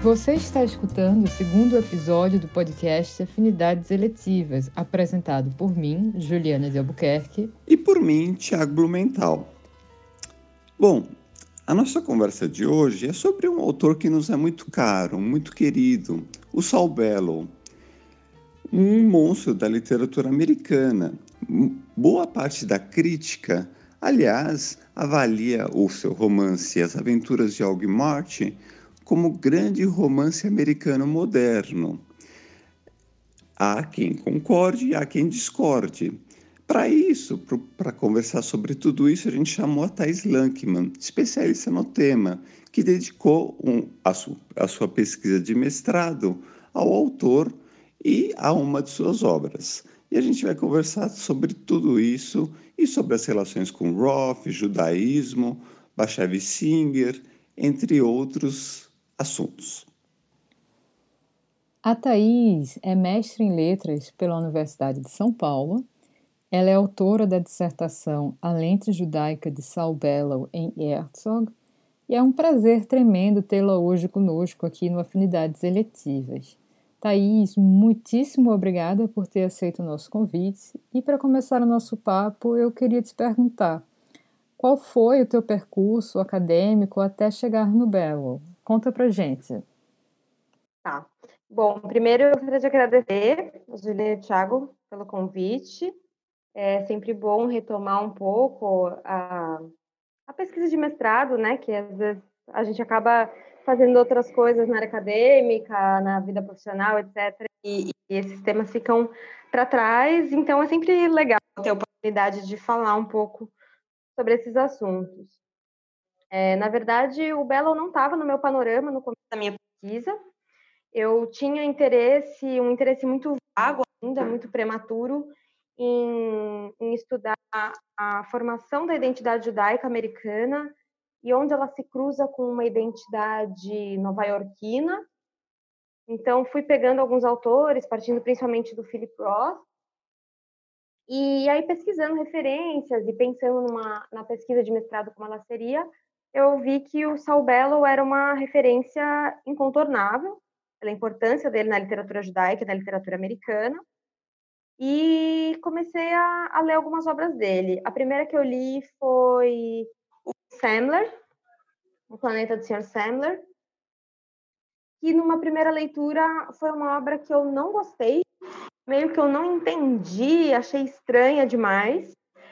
Você está escutando o segundo episódio do podcast Afinidades Eletivas, apresentado por mim, Juliana de Albuquerque. E por mim, Thiago Blumenthal. Bom, a nossa conversa de hoje é sobre um autor que nos é muito caro, muito querido, o Saul Bellow, um monstro da literatura americana. Boa parte da crítica, aliás, avalia o seu romance As Aventuras de Og Martin como grande romance americano moderno. Há quem concorde e há quem discorde. Para isso, para conversar sobre tudo isso, a gente chamou a Thais Lankman, especialista no tema, que dedicou a sua pesquisa de mestrado ao autor e a uma de suas obras. E a gente vai conversar sobre tudo isso e sobre as relações com Roth, judaísmo, Bashevis Singer, entre outros assuntos. A Thais é mestre em letras pela Universidade de São Paulo. Ela é autora da dissertação A Lente Judaica de Saul Bellow em Herzog, e é um prazer tremendo tê-la hoje conosco aqui no Afinidades Eletivas. Thais, muitíssimo obrigada por ter aceito o nosso convite, e para começar o nosso papo, eu queria te perguntar, qual foi o teu percurso acadêmico até chegar no Bellow? Conta pra gente. Tá. Bom, primeiro eu gostaria de agradecer a Juliana e o Thiago pelo convite. É sempre bom retomar um pouco a pesquisa de mestrado, né? Que às vezes a gente acaba fazendo outras coisas na área acadêmica, na vida profissional, etc. E esses temas ficam para trás. Então é sempre legal ter a oportunidade de falar um pouco sobre esses assuntos. Na verdade, o Bellow não estava no meu panorama no começo da minha pesquisa. Eu tinha um interesse muito vago ainda, muito prematuro, em estudar a formação da identidade judaica americana e onde ela se cruza com uma identidade nova-iorquina. Então, fui pegando alguns autores, partindo principalmente do Philip Roth, e aí pesquisando referências e pensando na pesquisa de mestrado como ela seria, eu vi que o Saul Bellow era uma referência incontornável, pela importância dele na literatura judaica e na literatura americana, e comecei a ler algumas obras dele. A primeira que eu li foi o Semler, O Planeta do Sr. Semler, que numa primeira leitura foi uma obra que eu não gostei, meio que eu não entendi, achei estranha demais,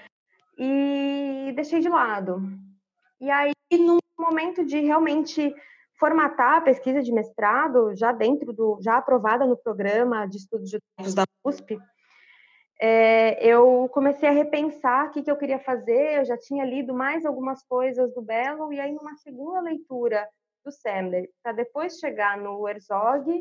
e deixei de lado. E aí, num momento de realmente formatar a pesquisa de mestrado, já aprovada no programa de estudos judaicos da USP, eu comecei a repensar o que eu queria fazer. Eu já tinha lido mais algumas coisas do Bellow, e aí numa segunda leitura do Semler, para depois chegar no Herzog,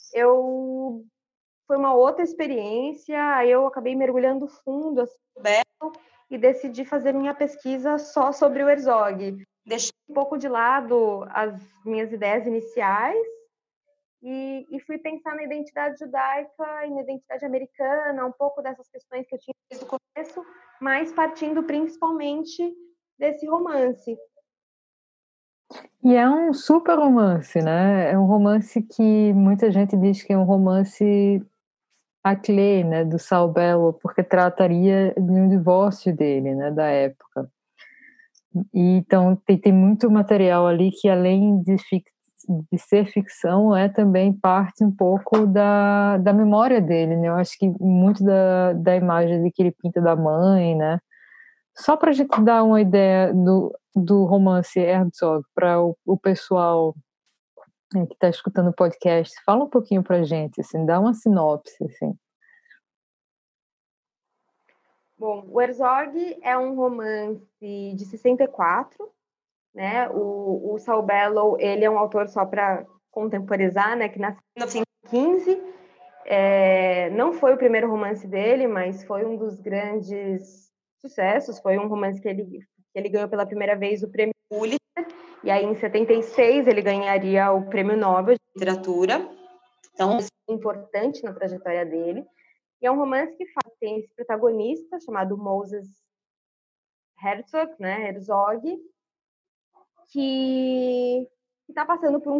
foi uma outra experiência. Aí eu acabei mergulhando fundo assim, no Bellow e decidi fazer minha pesquisa só sobre o Herzog. Deixei um pouco de lado as minhas ideias iniciais e fui pensar na identidade judaica e na identidade americana, um pouco dessas questões que eu tinha desde o começo, mas partindo principalmente desse romance. E é um super romance, né? É um romance que muita gente diz que é um romance à clé, né, do Saul Bellow, porque trataria de um divórcio dele, né, da época. E, então tem muito material ali que, além de ser ficção, é também parte um pouco da memória dele, né? Eu acho que muito da imagem que ele pinta da mãe, né? Só para a gente dar uma ideia do romance Herzog para o pessoal que está escutando o podcast, fala um pouquinho para a gente, assim, dá uma sinopse, assim. Bom, o Herzog é um romance de 64, né? O Saul Bellow, ele é um autor, só para contemporizar, né, que nasceu em 1915. Não foi o primeiro romance dele, mas foi um dos grandes sucessos. Foi um romance que ele ganhou pela primeira vez o prêmio Pulitzer, e aí em 76 ele ganharia o prêmio Nobel de Literatura. Então, isso é importante na trajetória dele. E é um romance que tem esse protagonista chamado Moses Herzog, né, Herzog, que está passando por um segundo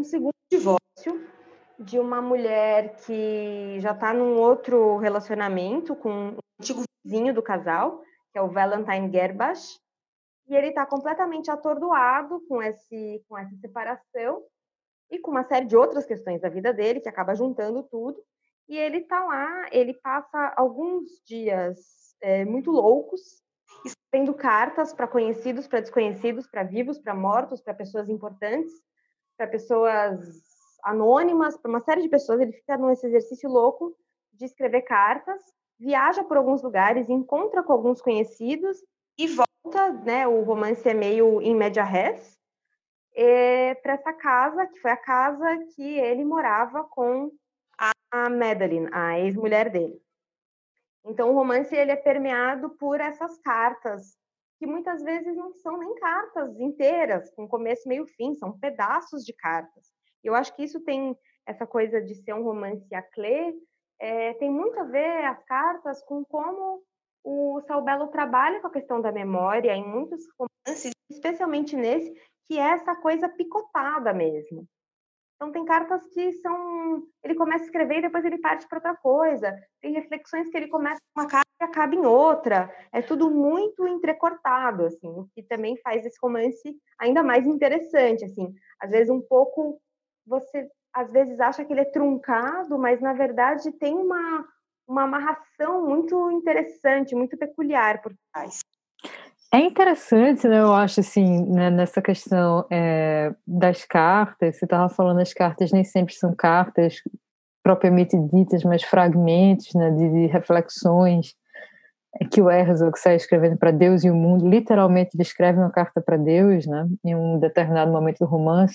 divórcio de uma mulher que já está num outro relacionamento com um antigo vizinho do casal, que é o Valentine Gerbach, e ele está completamente atordoado com essa separação e com uma série de outras questões da vida dele, que acaba juntando tudo, e ele está lá, ele passa alguns dias muito loucos, escrevendo cartas para conhecidos, para desconhecidos, para vivos, para mortos, para pessoas importantes, para pessoas anônimas, para uma série de pessoas. Ele fica nesse exercício louco de escrever cartas, viaja por alguns lugares, encontra com alguns conhecidos e volta, né? O romance é meio em média res, para essa casa, que foi a casa que ele morava com a Madeline, a ex-mulher dele. Então, o romance ele é permeado por essas cartas, que muitas vezes não são nem cartas inteiras, com começo, meio, fim, são pedaços de cartas. Eu acho que isso tem essa coisa de ser um romance à clé, tem muito a ver as cartas com como o Saul Bellow trabalha com a questão da memória em muitos romances, especialmente nesse, que é essa coisa picotada mesmo. Então, tem cartas que são... Ele começa a escrever e depois ele parte para outra coisa. Tem reflexões que ele começa com uma carta e acaba em outra. É tudo muito entrecortado, assim, o que também faz esse romance ainda mais interessante, assim. Às vezes, um pouco... Você, às vezes, acha que ele é truncado, mas, na verdade, tem uma amarração muito interessante, muito peculiar por trás. É interessante, né? Eu acho assim, né, nessa questão das cartas. Você estava falando, as cartas nem sempre são cartas propriamente ditas, mas fragmentos, né, de reflexões que o Herzog sai escrevendo para Deus e o mundo. Literalmente, ele escreve uma carta para Deus, né, em um determinado momento do romance.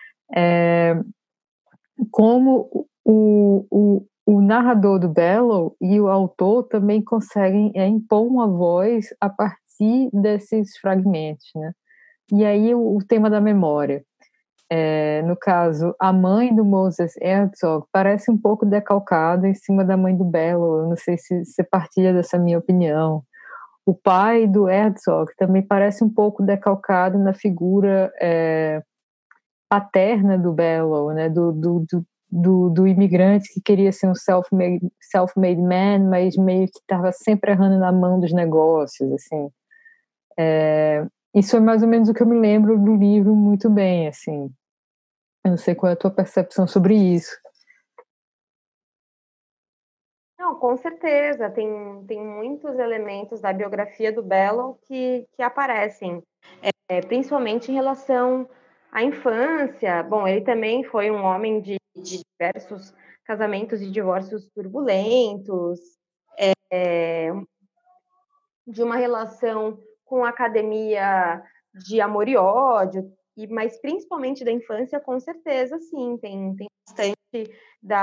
Como o narrador do Bellow e o autor também conseguem impor uma voz a partir desses fragmentos, né? E aí o tema da memória. No caso, a mãe do Moses Herzog parece um pouco decalcada em cima da mãe do Bellow. Eu não sei se você partilha dessa minha opinião. O pai do Herzog também parece um pouco decalcado na figura paterna do Bellow, né? Do imigrante que queria ser um self-made man, mas meio que estava sempre errando na mão dos negócios, assim. Isso é mais ou menos o que eu me lembro do livro muito bem, assim. Eu não sei qual é a tua percepção sobre isso. Não, com certeza. Tem muitos elementos da biografia do Bellow que aparecem, principalmente em relação à infância. Bom, ele também foi um homem de diversos casamentos e divórcios turbulentos, de uma relação com a academia de amor e ódio, mas principalmente da infância, com certeza, sim. Tem bastante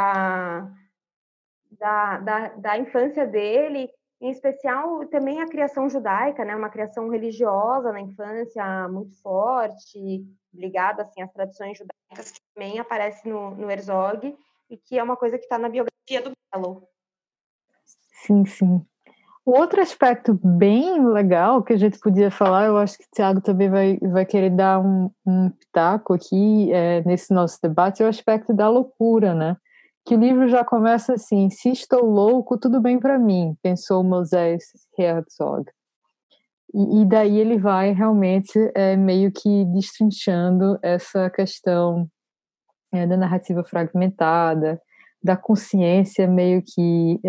da infância dele, em especial também a criação judaica, né? Uma criação religiosa na infância muito forte, ligada assim, às tradições judaicas, que também aparece no Herzog, e que é uma coisa que está na biografia do Bellow. Sim, sim. O outro aspecto bem legal que a gente podia falar, eu acho que o Thiago também vai querer dar um pitaco aqui nesse nosso debate, é o aspecto da loucura, né? Que o livro já começa assim: se estou louco, tudo bem para mim, pensou Moses Herzog. E daí ele vai realmente meio que destrinchando essa questão da narrativa fragmentada, da consciência meio que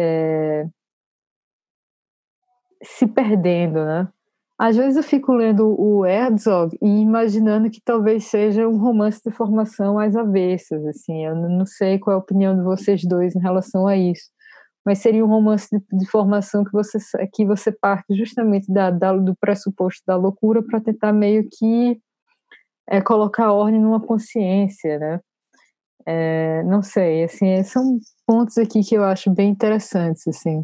se perdendo, né? Às vezes eu fico lendo o Herzog e imaginando que talvez seja um romance de formação às avessas, assim. Eu não sei qual é a opinião de vocês dois em relação a isso, mas seria um romance de formação que você parte justamente do pressuposto da loucura para tentar meio que colocar ordem numa consciência, né? Não sei, assim, são pontos aqui que eu acho bem interessantes, assim.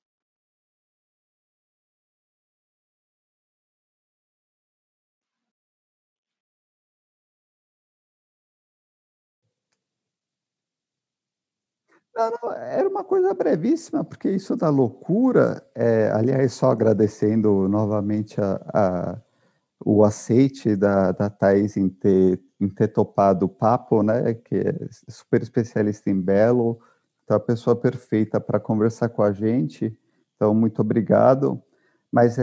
Não, era uma coisa brevíssima, porque isso da loucura, aliás, só agradecendo novamente o aceite da Thaís em ter topado o papo, né? Que é super especialista em Belo, então a pessoa perfeita para conversar com a gente. Então, muito obrigado. Mas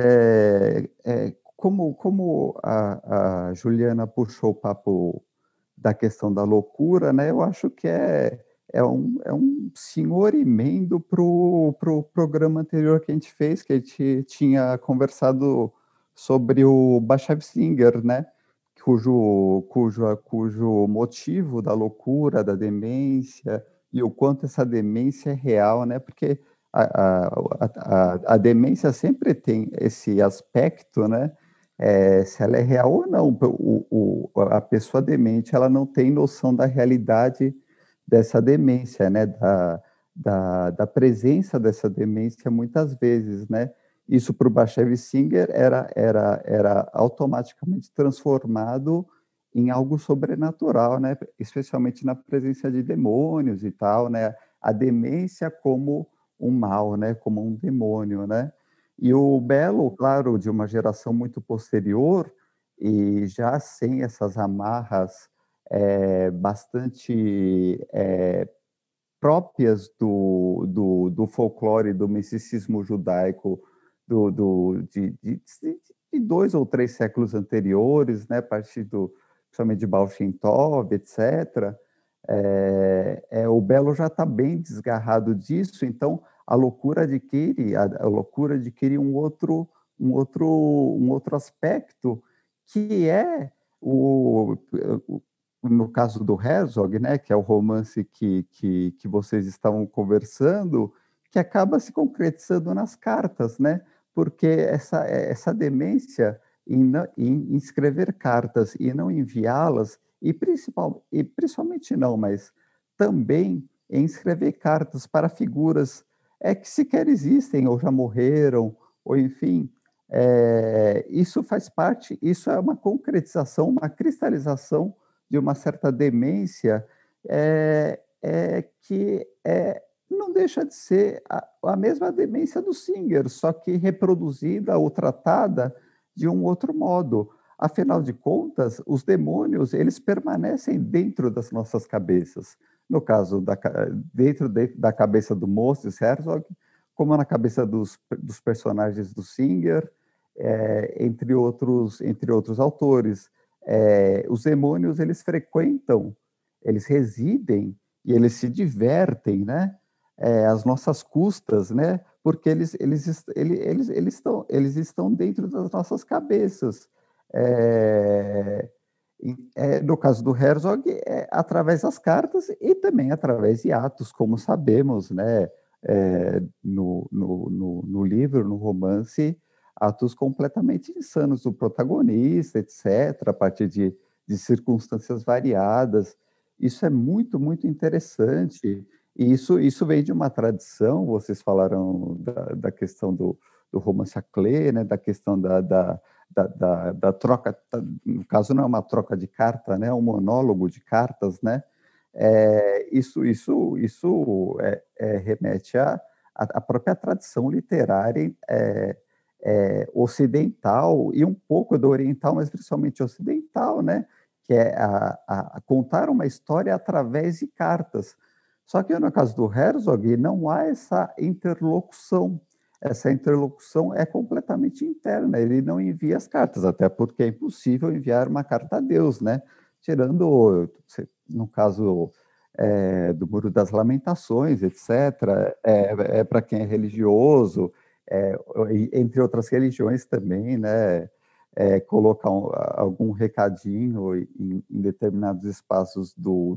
como a Juliana puxou o papo da questão da loucura, né? Eu acho que é um senhor emendo para o programa anterior que a gente fez, que a gente tinha conversado sobre o Bashev Singer, né? Cujo motivo da loucura, da demência, e o quanto essa demência é real, né? Porque a demência sempre tem esse aspecto, né? Se ela é real ou não. A pessoa demente, ela não tem noção da realidade dessa demência, né? Da presença dessa demência muitas vezes, né? Isso para o Bashev Singer era automaticamente transformado em algo sobrenatural, né? Especialmente na presença de demônios e tal, né? A demência como um mal, né? Como um demônio, né? E o Belo, claro, de uma geração muito posterior e já sem essas amarras bastante próprias do folclore, do misticismo judaico de 2 ou 3 séculos anteriores, né, a partir principalmente de Baal Shem Tov, etc. O Belo já está bem desgarrado disso, então a loucura adquire um outro aspecto que é no caso do Herzog, né, que é o romance que vocês estavam conversando, que acaba se concretizando nas cartas, né? Porque essa demência em escrever cartas e não enviá-las, principalmente não, mas também em escrever cartas para figuras que sequer existem ou já morreram, ou enfim, isso faz parte, isso é uma concretização, uma cristalização de uma certa demência que não deixa de ser a mesma demência do Singer, só que reproduzida ou tratada de um outro modo. Afinal de contas, os demônios, eles permanecem dentro das nossas cabeças. No caso, dentro da cabeça do Moses Herzog, como na cabeça dos personagens do Singer, entre outros autores. Os demônios, eles frequentam, eles residem e eles se divertem, né? Às nossas custas, né? Porque eles estão dentro das nossas cabeças. No caso do Herzog, através das cartas e também através de atos, como sabemos, né? No livro, no romance, atos completamente insanos do protagonista, etc., a partir de circunstâncias variadas. Isso é muito, muito interessante. E isso vem de uma tradição, vocês falaram da questão do romance à clé, né, da questão da troca, no caso não é uma troca de carta, né, é um monólogo de cartas, né? Isso remete à própria tradição literária ocidental e um pouco do oriental, mas principalmente ocidental, né? Que é a contar uma história através de cartas. Só que no caso do Herzog não há essa interlocução. Essa interlocução é completamente interna. Ele não envia as cartas, até porque é impossível enviar uma carta a Deus, né? Tirando, no caso do Muro das Lamentações, etc. Para quem é religioso, entre outras religiões também, né? Colocar algum recadinho em determinados espaços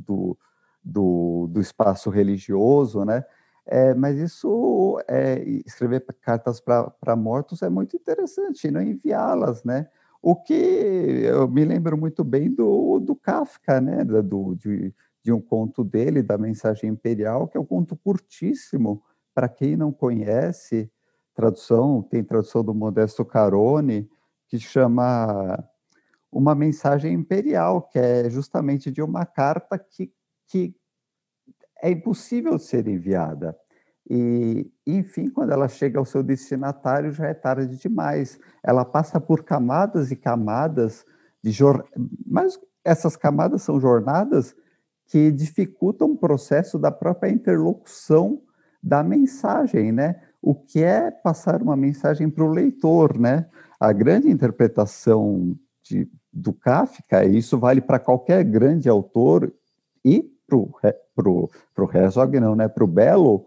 do espaço religioso, né? Mas escrever cartas para mortos é muito interessante, e não enviá-las, né? O que eu me lembro muito bem do Kafka, né? De um conto dele, da Mensagem Imperial, que é um conto curtíssimo, para quem não conhece, tem tradução do Modesto Carone, que chama Uma Mensagem Imperial, que é justamente de uma carta que é impossível de ser enviada. E, enfim, quando ela chega ao seu destinatário, já é tarde demais. Ela passa por camadas e camadas de mas essas camadas são jornadas que dificultam o processo da própria interlocução da mensagem, né? O que é passar uma mensagem para o leitor, né? A grande interpretação do Kafka, e isso vale para qualquer grande autor, e para o Herzog, não, né? Para o Bellow,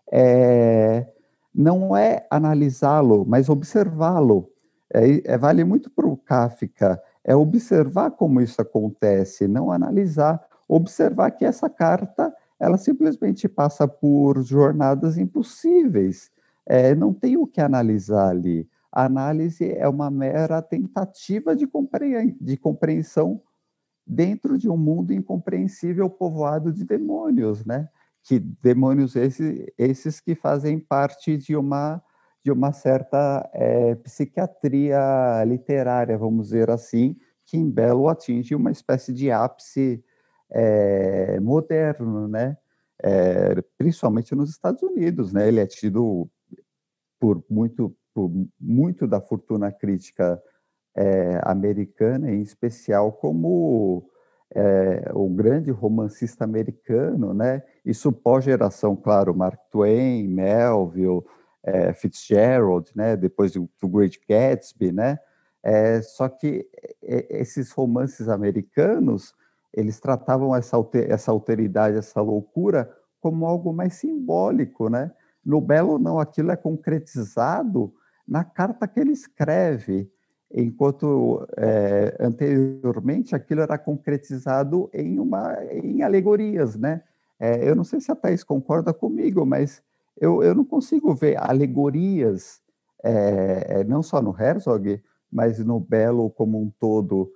não é analisá-lo, mas observá-lo. Vale muito para o Kafka, é observar como isso acontece, não analisar. Observar que essa carta, ela simplesmente passa por jornadas impossíveis. Não tem o que analisar ali. A análise é uma mera tentativa de compreensão dentro de um mundo incompreensível povoado de demônios, né? Que demônios esses que fazem parte de uma certa psiquiatria literária, vamos dizer assim, que em Bellow atinge uma espécie de ápice moderno, né? Principalmente nos Estados Unidos, né? Ele é tido por muito da fortuna crítica americana, em especial, como o grande romancista americano, né? Isso pós-geração, claro, Mark Twain, Melville, Fitzgerald, né? Depois do Great Gatsby, né? Só que esses romances americanos, eles tratavam essa alteridade, essa loucura, como algo mais simbólico, né? No Bellow, não, aquilo é concretizado na carta que ele escreve, enquanto anteriormente aquilo era concretizado em alegorias, né? Eu não sei se a Thais concorda comigo, mas eu não consigo ver alegorias, não só no Herzog, mas no Bellow como um todo.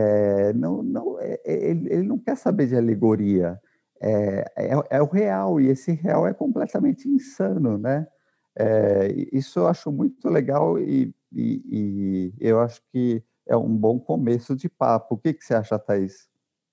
Ele não quer saber de alegoria, é o real, e esse real é completamente insano, né? Isso eu acho muito legal e eu acho que é um bom começo de papo. O que você acha, Thaís?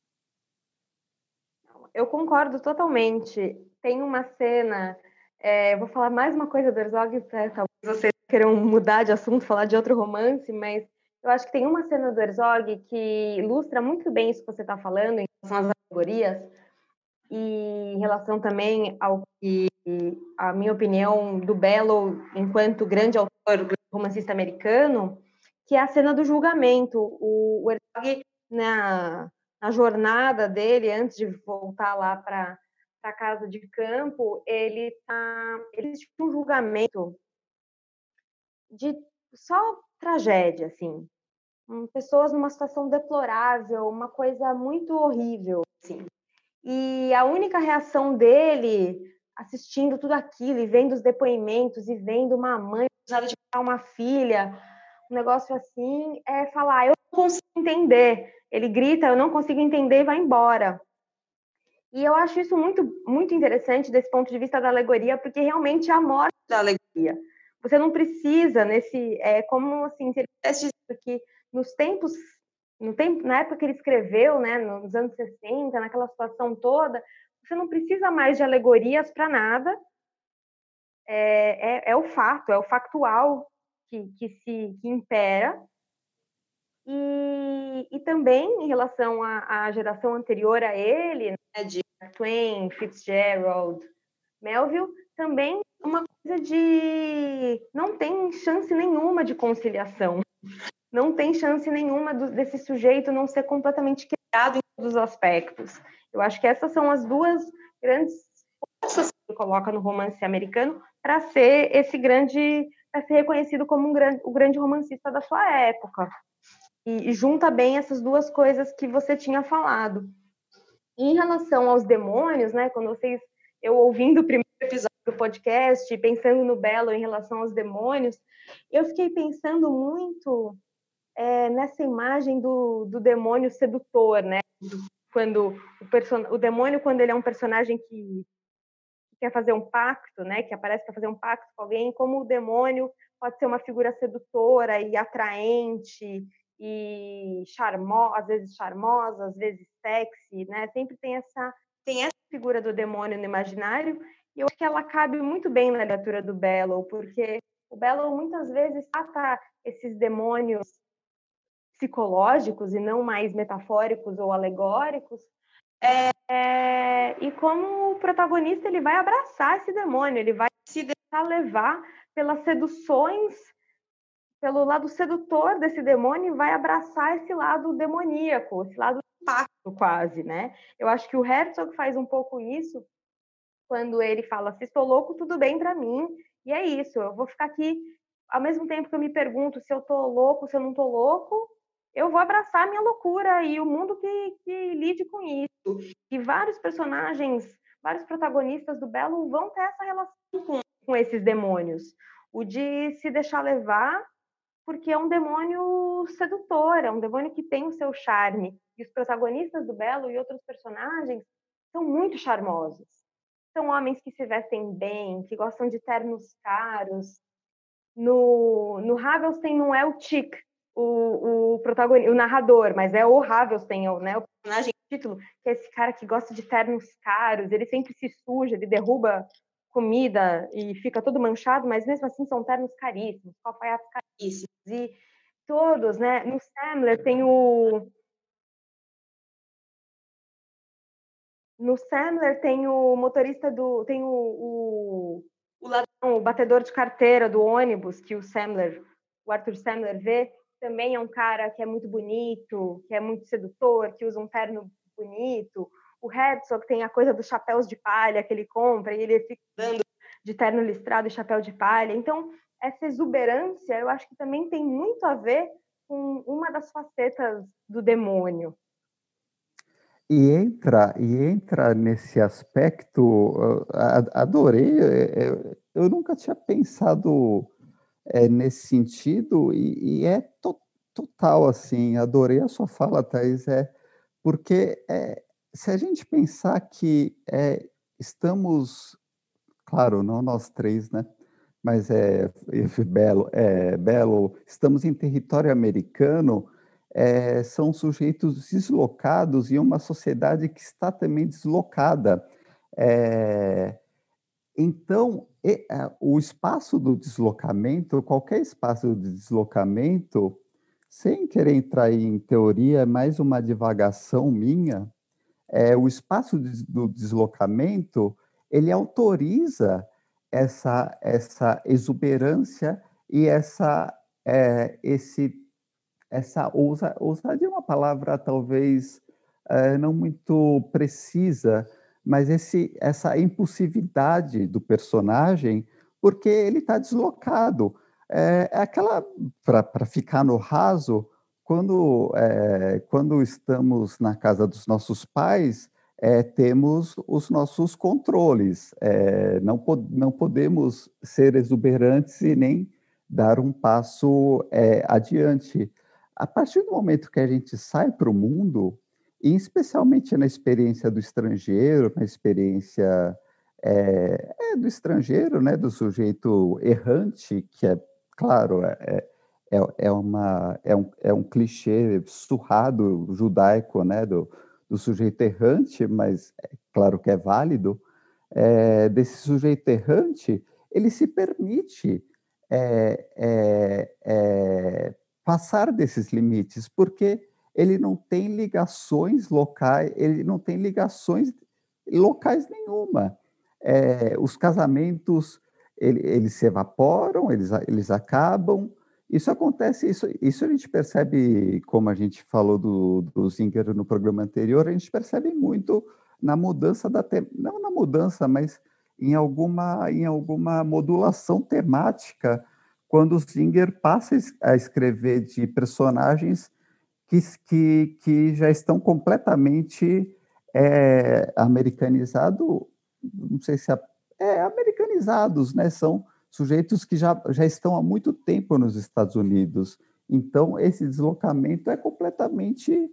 Eu concordo totalmente. Tem uma cena, eu vou falar mais uma coisa do Herzog, talvez vocês queiram mudar de assunto, falar de outro romance, mas eu acho que tem uma cena do Herzog que ilustra muito bem isso que você está falando, em relação às alegorias, e em relação também ao que, a minha opinião do Bellow, enquanto grande autor, romancista americano, que é a cena do julgamento. O Herzog, na jornada dele, antes de voltar lá para a casa de campo, ele existe um julgamento de só tragédia, assim. Pessoas numa situação deplorável, uma coisa muito horrível, assim. E a única reação dele, assistindo tudo aquilo e vendo os depoimentos e vendo uma mãe acusada de matar uma filha, um negócio assim, é falar: eu não consigo entender. Ele grita: eu não consigo entender, e vai embora. E eu acho isso muito, muito interessante desse ponto de vista da alegoria, porque realmente é a morte da alegoria. Você não precisa como assim, se ele tivesse dito que nos tempos, na época que ele escreveu, né, nos anos 60, naquela situação toda, você não precisa mais de alegorias para nada. É o fato, é o factual que impera. E também, em relação à geração anterior a ele, né, de Twain, Fitzgerald, Melville, também uma coisa de não tem chance nenhuma de conciliação, não tem chance nenhuma desse sujeito não ser completamente quebrado em todos os aspectos. Eu acho que essas são as duas grandes forças que ele coloca no romance americano para ser para ser reconhecido como o grande romancista da sua época. E junta bem essas duas coisas que você tinha falado. E em relação aos demônios, né, eu ouvindo o primeiro episódio do podcast, pensando no Bellow em relação aos demônios, eu fiquei pensando muito nessa imagem do demônio sedutor, né? Quando o demônio, quando ele é um personagem que quer fazer um pacto, né? Que aparece para fazer um pacto com alguém, como o demônio pode ser uma figura sedutora e atraente e às vezes charmosa, às vezes sexy, né? Sempre tem essa figura do demônio no imaginário. E eu acho que ela cabe muito bem na literatura do Bellow, porque o Bellow muitas vezes trata esses demônios psicológicos e não mais metafóricos ou alegóricos, e como o protagonista ele vai abraçar esse demônio, ele vai se deixar levar pelas seduções, pelo lado sedutor desse demônio, e vai abraçar esse lado demoníaco, esse lado pacto quase, né? Eu acho que o Herzog faz um pouco isso quando ele fala: se estou louco, tudo bem para mim, e é isso, eu vou ficar aqui, ao mesmo tempo que eu me pergunto se eu tô louco, se eu não tô louco, eu vou abraçar a minha loucura e o mundo que lide com isso. E vários personagens, vários protagonistas do Bellow vão ter essa relação com esses demônios. O de se deixar levar, porque é um demônio sedutor, é um demônio que tem o seu charme. E os protagonistas do Bellow e outros personagens são muito charmosos. São homens que se vestem bem, que gostam de ternos caros. No Ravelstein não é o Chick, o protagonista, o narrador, mas é o Ravelstein, né, o personagem título, que é esse cara que gosta de ternos caros, ele sempre se suja, ele derruba comida e fica todo manchado, mas mesmo assim são ternos caríssimos, com alfaiates caríssimos. E todos, né? No Samler tem o motorista do. Tem o ladrão, o batedor de carteira do ônibus que o Arthur Samler vê, também é um cara que é muito bonito, que é muito sedutor, que usa um terno bonito. O Herzog tem a coisa dos chapéus de palha que ele compra e ele fica dando de terno listrado e chapéu de palha. Então, essa exuberância, eu acho que também tem muito a ver com uma das facetas do demônio. E entra nesse aspecto, adorei, eu nunca tinha pensado nesse sentido, e é total, assim, adorei a sua fala, Thaís, porque se a gente pensar que estamos, claro, não nós três, né, mas Belo, estamos em território americano, são sujeitos deslocados e uma sociedade que está também deslocada. Então, o espaço do deslocamento, qualquer espaço de deslocamento, sem querer entrar em teoria, é mais uma divagação minha, o espaço do deslocamento, ele autoriza essa exuberância e ousadia é uma palavra talvez não muito precisa, mas essa impulsividade do personagem, porque ele está deslocado. Para ficar no raso, quando estamos na casa dos nossos pais, temos os nossos controles, não podemos ser exuberantes e nem dar um passo adiante. A partir do momento que a gente sai para o mundo, e especialmente na experiência do estrangeiro, na experiência do estrangeiro, né, do sujeito errante, que claro, é um clichê surrado judaico, né, do sujeito errante, mas claro que é válido, desse sujeito errante, ele se permite passar desses limites, porque ele não tem ligações locais, ele não tem ligações locais nenhuma. Os casamentos, eles se evaporam, eles acabam. Isso acontece, isso a gente percebe, como a gente falou do Singer no programa anterior, a gente percebe muito na mudança não na mudança, mas em alguma modulação temática, quando o Singer passa a escrever de personagens que já estão completamente americanizados, não sei se americanizados, né? São sujeitos que já estão há muito tempo nos Estados Unidos. Então, esse deslocamento é completamente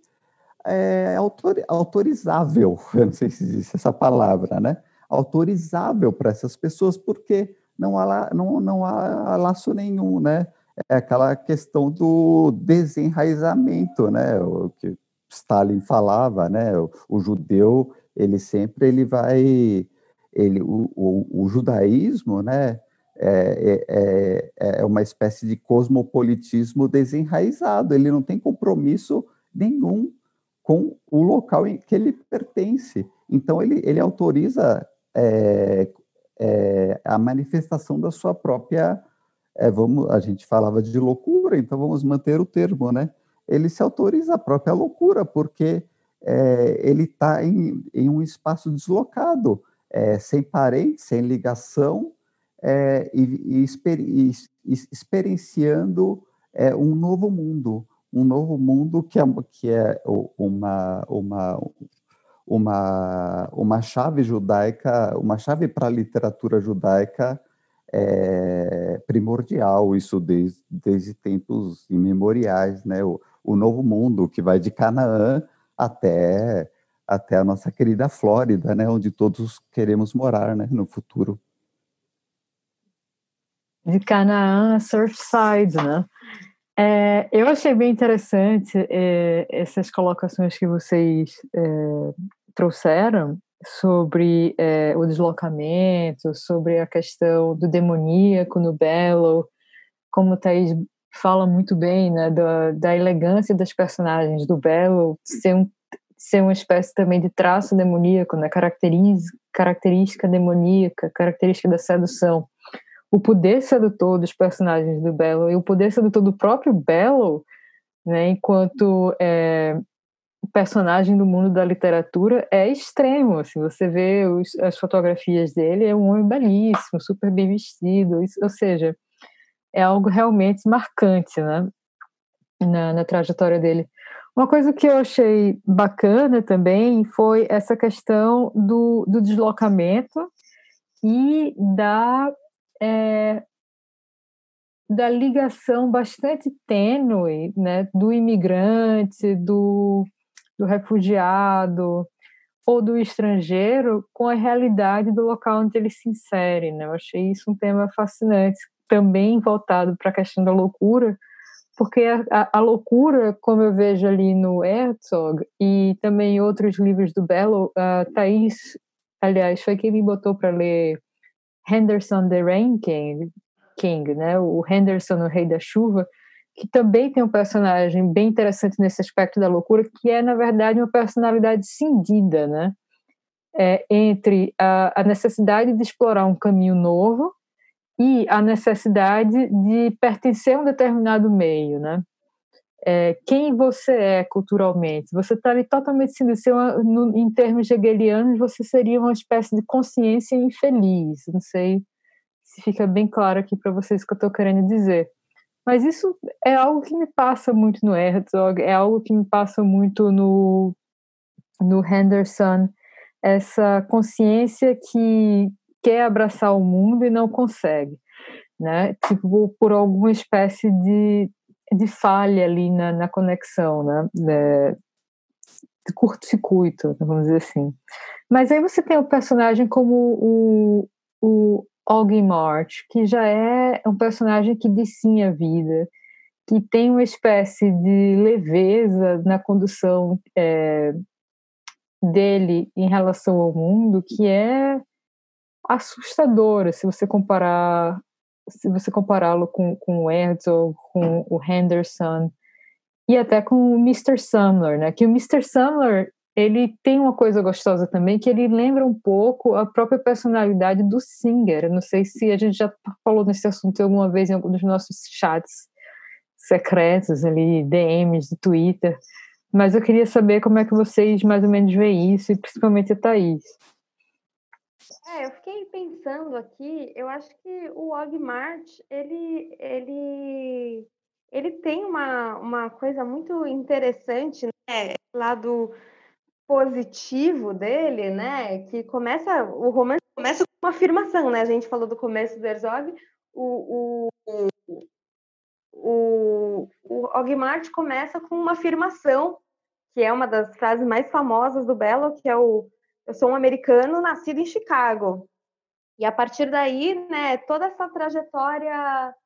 autorizável, eu não sei se existe essa palavra, né? Autorizável para essas pessoas, porque não há laço nenhum, né? É aquela questão do desenraizamento, né? O que Stalin falava, né? O judeu, ele o judaísmo, né, é uma espécie de cosmopolitismo desenraizado, ele não tem compromisso nenhum com o local em que ele pertence. Então, ele autoriza a manifestação da sua própria, a gente falava de loucura, então vamos manter o termo, né? Ele se autoriza a própria loucura, porque ele está em um espaço deslocado, sem parente, sem ligação, experienciando um novo mundo que é uma chave judaica, uma chave para a literatura judaica primordial, isso desde tempos imemoriais, né? O novo mundo que vai de Canaã até a nossa querida Flórida, né? Onde todos queremos morar, né? No futuro. De Canaã a Surfside, né? Eu achei bem interessante essas colocações que vocês trouxeram sobre o deslocamento, sobre a questão do demoníaco no Bellow, como o Thaís fala muito bem, né, da elegância das personagens do Bellow, ser uma espécie também de traço demoníaco, né, característica demoníaca, característica da sedução. O poder sedutor dos personagens do Bellow e o poder sedutor do próprio Bellow, né, enquanto personagem do mundo da literatura, é extremo. Assim, você vê as fotografias dele, é um homem belíssimo, super bem vestido, ou seja, é algo realmente marcante, né, na trajetória dele. Uma coisa que eu achei bacana também foi essa questão do deslocamento e da ligação bastante tênue, né, do imigrante, do refugiado ou do estrangeiro com a realidade do local onde ele se insere, né? Eu achei isso um tema fascinante, também voltado para a questão da loucura, porque a loucura, como eu vejo ali no Herzog e também em outros livros do Bellow, a Thaís, aliás, foi quem me botou para ler Henderson the Rain King, né? O Henderson, o Rei da Chuva, que também tem um personagem bem interessante nesse aspecto da loucura, que é, na verdade, uma personalidade cindida, né? Entre a necessidade de explorar um caminho novo e a necessidade de pertencer a um determinado meio, né? Quem você é culturalmente? Você está ali totalmente cindida. Em termos hegelianos, você seria uma espécie de consciência infeliz. Não sei se fica bem claro aqui para vocês o que eu estou querendo dizer. Mas isso é algo que me passa muito no Herzog, é algo que me passa muito no Henderson, essa consciência que quer abraçar o mundo e não consegue, né? Tipo, por alguma espécie de falha ali na conexão, né? De curto-circuito, vamos dizer assim. Mas aí você tem o personagem como o Augie March, que já é um personagem que dissinha a vida, que tem uma espécie de leveza na condução dele em relação ao mundo, que é assustadora se você compará-lo com o Herzog, com o Henderson e até com o Mr. Sumner, né? Que o Mr. Sumner, ele tem uma coisa gostosa também, que ele lembra um pouco a própria personalidade do Singer. Eu não sei se a gente já falou nesse assunto alguma vez em algum dos nossos chats secretos ali, DMs de Twitter, mas eu queria saber como é que vocês mais ou menos veem isso, e principalmente a Thaís. Eu fiquei pensando aqui, eu acho que o Og March, ele tem uma coisa muito interessante, né, lado positivo dele, né, que o romance começa com uma afirmação, né, a gente falou do começo do Herzog, o Og March começa com uma afirmação, que é uma das frases mais famosas do Bellow, que é eu sou um americano nascido em Chicago. E a partir daí, né, toda essa trajetória,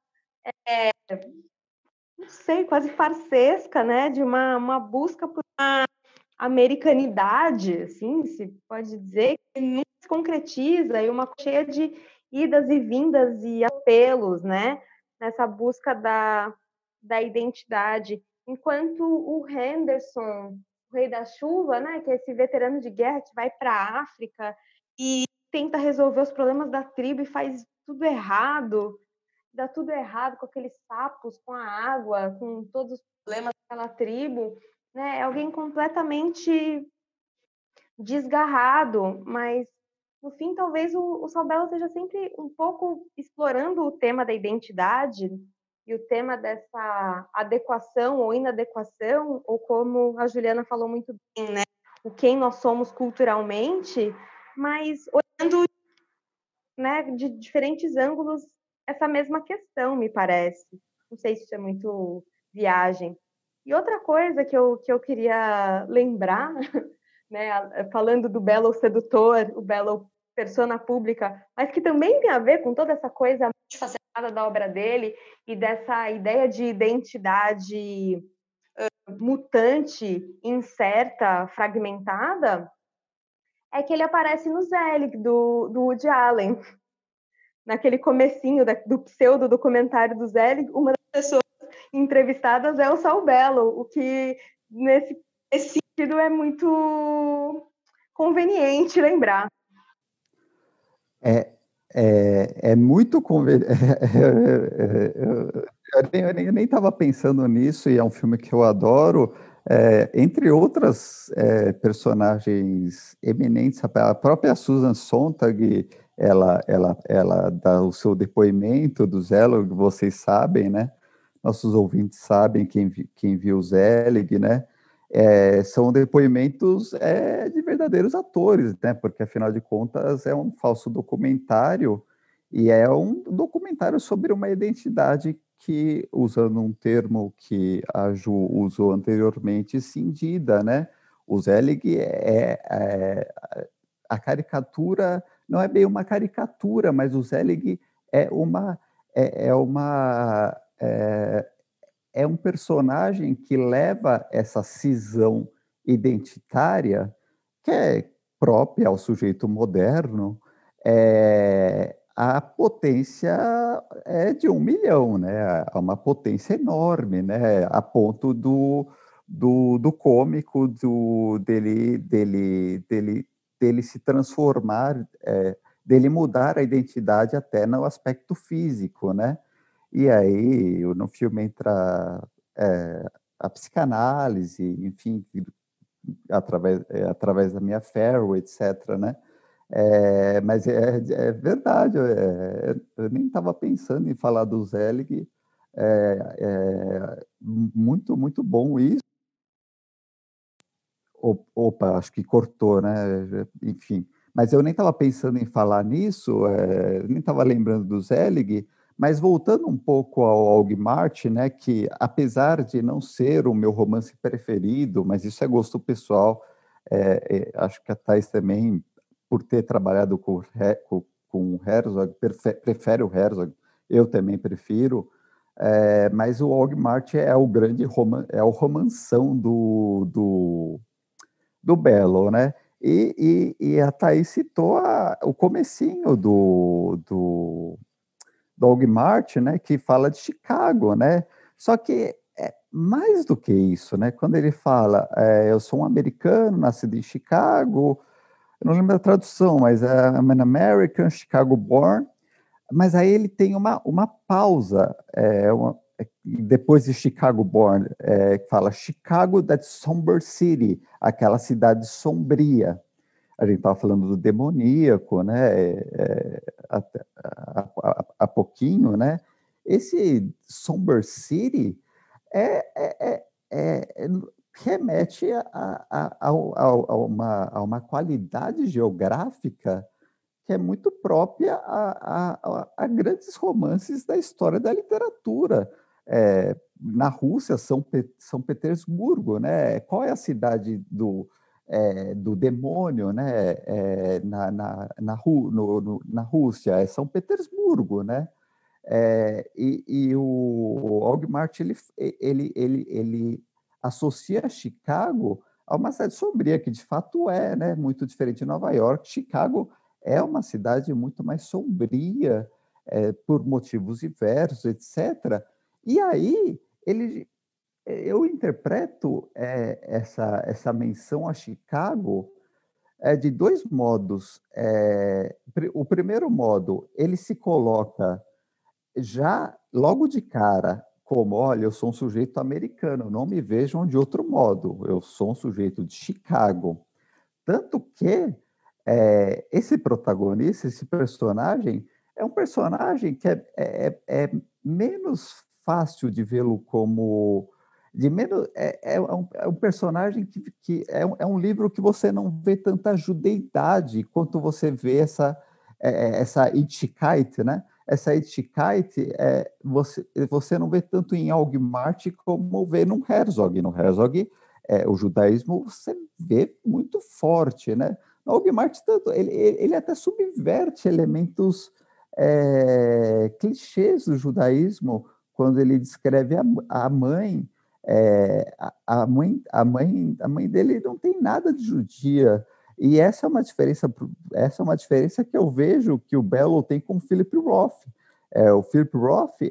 não sei, quase farsesca, né, de uma busca por uma americanidade, assim, se pode dizer, que nunca se concretiza e uma cheia de idas e vindas e apelos, né? Nessa busca da identidade. Enquanto o Henderson, o Rei da Chuva, né? Que é esse veterano de guerra que vai para a África e tenta resolver os problemas da tribo e faz tudo errado, dá tudo errado com aqueles sapos, com a água, com todos os problemas daquela tribo, né? É alguém completamente desgarrado, mas no fim talvez o Salbelo esteja sempre um pouco explorando o tema da identidade e o tema dessa adequação ou inadequação, ou como a Juliana falou muito bem, né? O quem nós somos culturalmente, mas olhando, né, de diferentes ângulos essa mesma questão, me parece. Não sei se isso é muito viagem. E outra coisa que eu queria lembrar, né, falando do Belo sedutor, o Belo persona pública, mas que também tem a ver com toda essa coisa multifacetada da obra dele e dessa ideia de identidade mutante, incerta, fragmentada, é que ele aparece no Zelig, do Woody Allen. Naquele comecinho do pseudo-documentário do Zelig, uma das pessoas entrevistadas é o Saul Bellow, o que, nesse sentido, é muito conveniente lembrar. É muito conveniente. Eu nem estava pensando nisso, e é um filme que eu adoro. Entre outras personagens eminentes, a própria Susan Sontag, ela dá o seu depoimento do Zelig, vocês sabem, né? Nossos ouvintes sabem, quem viu o Zelig, né? São depoimentos de verdadeiros atores, né? Porque, afinal de contas, é um falso documentário, e é um documentário sobre uma identidade que, usando um termo que a Ju usou anteriormente, cindida, né? O Zelig a caricatura, não é bem uma caricatura, mas o Zelig é um personagem que leva essa cisão identitária, que é própria ao sujeito moderno, a potência é de 1 milhão, né? É uma potência enorme, né? A ponto do cômico dele se transformar, dele mudar a identidade até no aspecto físico, né? E aí, no filme entra a psicanálise, enfim, através da minha Farrow, etc., né? Mas é verdade, eu nem estava pensando em falar do Zelig, muito, muito bom isso. Opa, acho que cortou, né? Enfim, mas eu nem estava pensando em falar nisso, nem estava lembrando do Zelig, mas voltando um pouco ao Augmart, né, que apesar de não ser o meu romance preferido, mas isso é gosto pessoal, acho que a Thais também, por ter trabalhado com o Herzog, prefere o Herzog, eu também prefiro, mas o Augmart é o grande é o romanção do Bellow, né? E a Thaís citou o comecinho do Dog March, né? Que fala de Chicago, né? Só que é mais do que isso, né? Quando ele fala, eu sou um americano, nascido em Chicago, eu não lembro da tradução, mas I'm an American, Chicago born, mas aí ele tem uma pausa, depois de Chicago Born, que fala Chicago, that somber city, aquela cidade sombria. A gente estava falando do demoníaco, né? Há pouquinho, né? Esse somber city remete a uma qualidade geográfica que é muito própria a grandes romances da história da literatura. Na Rússia, São Petersburgo, né? Qual é a cidade do demônio, né? Na Rússia? É São Petersburgo, né? E o Augmart ele associa Chicago a uma cidade sombria, que de fato né? Muito diferente de Nova York. Chicago é uma cidade muito mais sombria, por motivos diversos, etc. E aí, eu interpreto essa menção a Chicago de dois modos. O primeiro modo, ele se coloca já logo de cara como, olha, eu sou um sujeito americano, não me vejam de outro modo, eu sou um sujeito de Chicago. Tanto que esse protagonista, esse personagem, é um personagem que é menos fácil de vê-lo como... É um personagem que é um livro que você não vê tanta judeidade quanto você vê essa Yiddishkeit, né? Essa Yiddishkeit, você não vê tanto em Augmart como vê no Herzog. No Herzog, o judaísmo você vê muito forte, né? No Augmart, tanto, ele até subverte elementos clichês do judaísmo quando ele descreve a mãe. A mãe dele não tem nada de judia. E essa é uma diferença que eu vejo que o Bellow tem com o Philip Roth. O Philip Roth,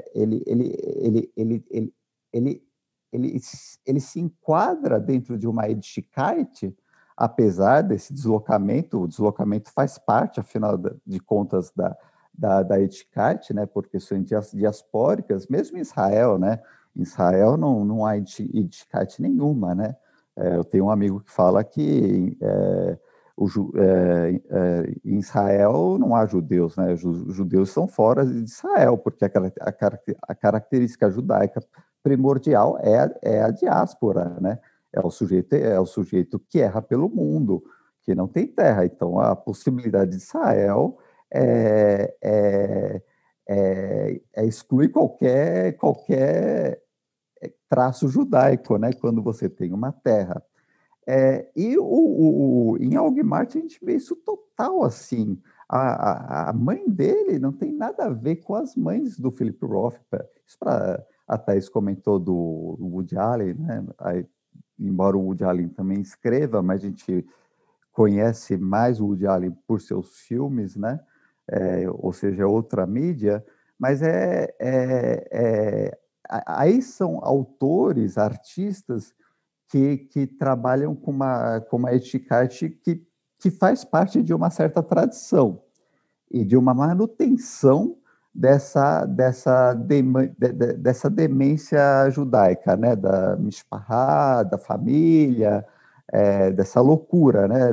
ele se enquadra dentro de uma Yiddishkeit, apesar desse deslocamento. O deslocamento faz parte, afinal de contas, da Yiddishkeit, né, por questões diaspóricas, mesmo em Israel, né? Em Israel não há Yiddishkeit nenhuma, né? Eu tenho um amigo que fala que em Israel não há judeus, né? Os judeus são fora de Israel, porque a característica judaica primordial é a diáspora, né? É o sujeito que erra pelo mundo, que não tem terra. Então, a possibilidade de Israel exclui qualquer traço judaico, né? Quando você tem uma terra. Em Augmart a gente vê isso total assim. A mãe dele não tem nada a ver com as mães do Philip Roth. A Thaís comentou do Woody Allen, né? Embora o Woody Allen também escreva, mas a gente conhece mais o Woody Allen por seus filmes, né? Ou seja, outra mídia, mas aí são autores, artistas que trabalham com uma Yiddishkeit que faz parte de uma certa tradição e de uma manutenção dessa demência judaica, né? Da mishpachá, da família, dessa loucura, né?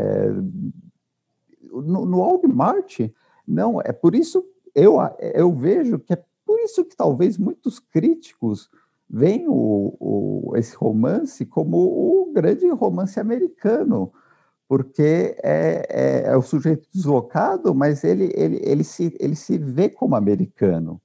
No Augmart, não, é por isso eu vejo que é por isso que talvez muitos críticos veem esse romance como o grande romance americano, porque é o sujeito deslocado, mas ele se vê como americano.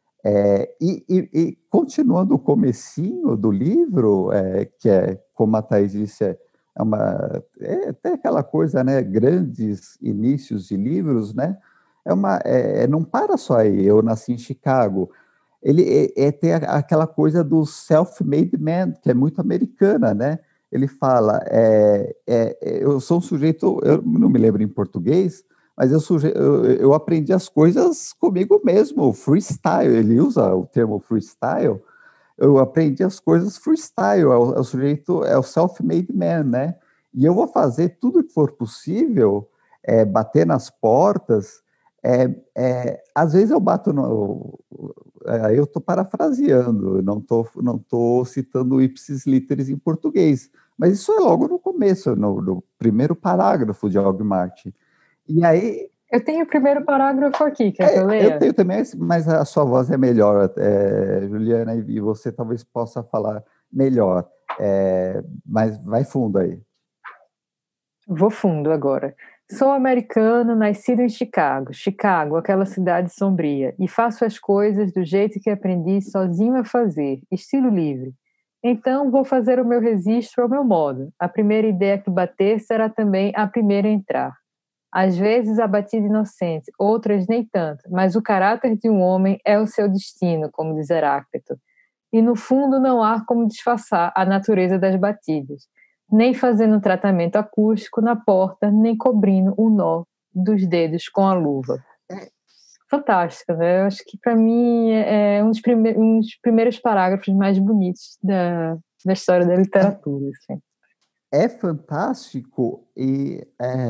E continuando o comecinho do livro, que como a Thaís disse, até aquela coisa, né? Grandes inícios de livros, né? Não para só aí, eu nasci em Chicago. Ele tem aquela coisa do self-made man, que é muito americana, né? Ele fala, eu sou um sujeito, eu não me lembro em português, mas eu aprendi as coisas comigo mesmo, freestyle. Ele usa o termo freestyle. Eu aprendi as coisas freestyle. O sujeito é o self-made man, né? E eu vou fazer tudo que for possível, bater nas portas. Às vezes eu bato no... eu estou parafraseando, não tô citando o ipsis literis em português, mas isso é logo no começo, no primeiro parágrafo de Augmart. E aí... Eu tenho o primeiro parágrafo aqui, quer que eu leia? Eu tenho também, mas a sua voz é melhor, Juliana, e você talvez possa falar melhor. Mas vai fundo aí. Vou fundo agora. Sou americano, nascido em Chicago. Chicago, aquela cidade sombria. E faço as coisas do jeito que aprendi sozinho a fazer, estilo livre. Então, vou fazer o meu registro ao meu modo. A primeira ideia que bater será também a primeira a entrar. Às vezes a batida inocente, outras nem tanto, mas o caráter de um homem é o seu destino, como diz Heráclito. E no fundo não há como disfarçar a natureza das batidas, nem fazendo um tratamento acústico na porta, nem cobrindo um nó dos dedos com a luva. Fantástica, né? Eu acho que para mim é um dos primeiros parágrafos mais bonitos da história da literatura. Assim. É fantástico e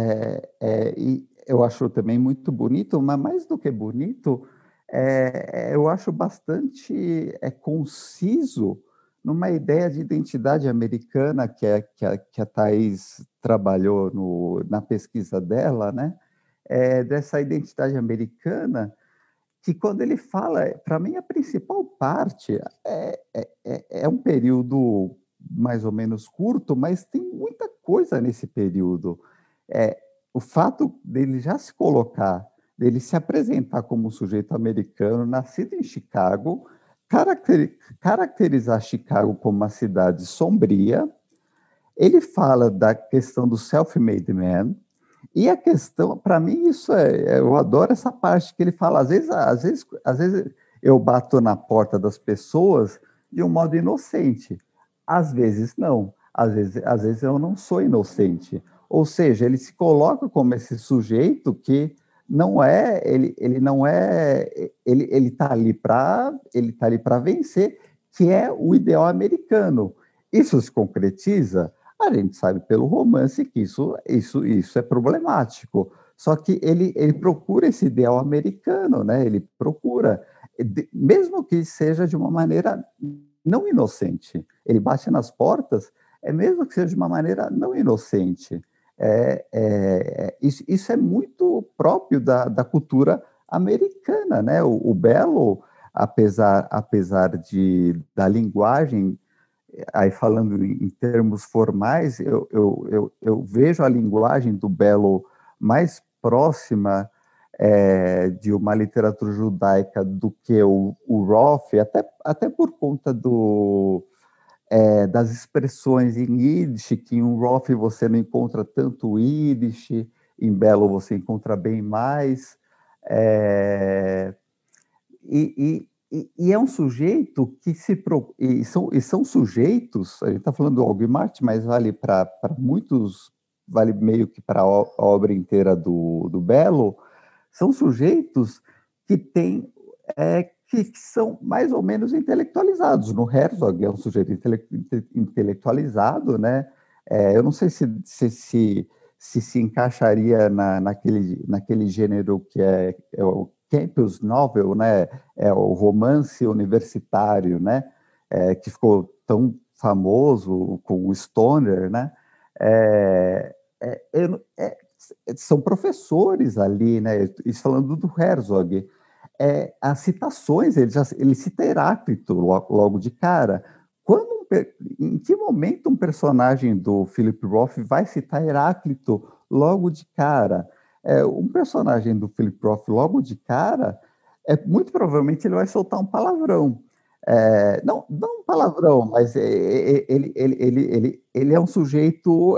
eu acho também muito bonito, mas mais do que bonito, eu acho bastante conciso numa ideia de identidade americana que a Thais trabalhou na pesquisa dela, né? Dessa identidade americana, que quando ele fala, para mim a principal parte é um período mais ou menos curto, mas tem muita coisa nesse período. O fato dele já se colocar, dele se apresentar como um sujeito americano, nascido em Chicago, caracterizar Chicago como uma cidade sombria. Ele fala da questão do self-made man, e a questão, para mim, eu adoro essa parte que ele fala, às vezes eu bato na porta das pessoas de um modo inocente, às vezes não, às vezes eu não sou inocente. Ou seja, ele se coloca como esse sujeito que não é, ele não é, ele está ali para vencer, que é o ideal americano. Isso se concretiza? A gente sabe pelo romance que isso é problemático. Só que ele procura esse ideal americano, né? Ele procura, mesmo que seja de uma maneira não inocente. Ele bate nas portas, mesmo que seja de uma maneira não inocente. Isso é muito próprio da cultura americana, né? O belo, apesar da linguagem, aí falando em termos formais, eu vejo a linguagem do belo mais próxima de uma literatura judaica do que o Roth, até por conta das expressões em Yiddish, que em Roth você não encontra tanto Yiddish, em belo você encontra bem mais. E é um sujeito que são sujeitos, a gente está falando do Algmart, mas vale para muitos, vale meio que para a obra inteira do Belo, são sujeitos que têm, que são mais ou menos intelectualizados. No Herzog é um sujeito intelectualizado, né? Eu não sei se encaixaria naquele gênero que é o campus novel, né? O romance universitário, né? Que ficou tão famoso com o Stoner, né? São professores ali, né? Isso falando do Herzog. As citações, ele cita Heráclito logo de cara. Em que momento um personagem do Philip Roth vai citar Heráclito logo de cara? Um personagem do Philip Roth logo de cara, muito provavelmente ele vai soltar um palavrão. Não um palavrão, mas ele é um sujeito.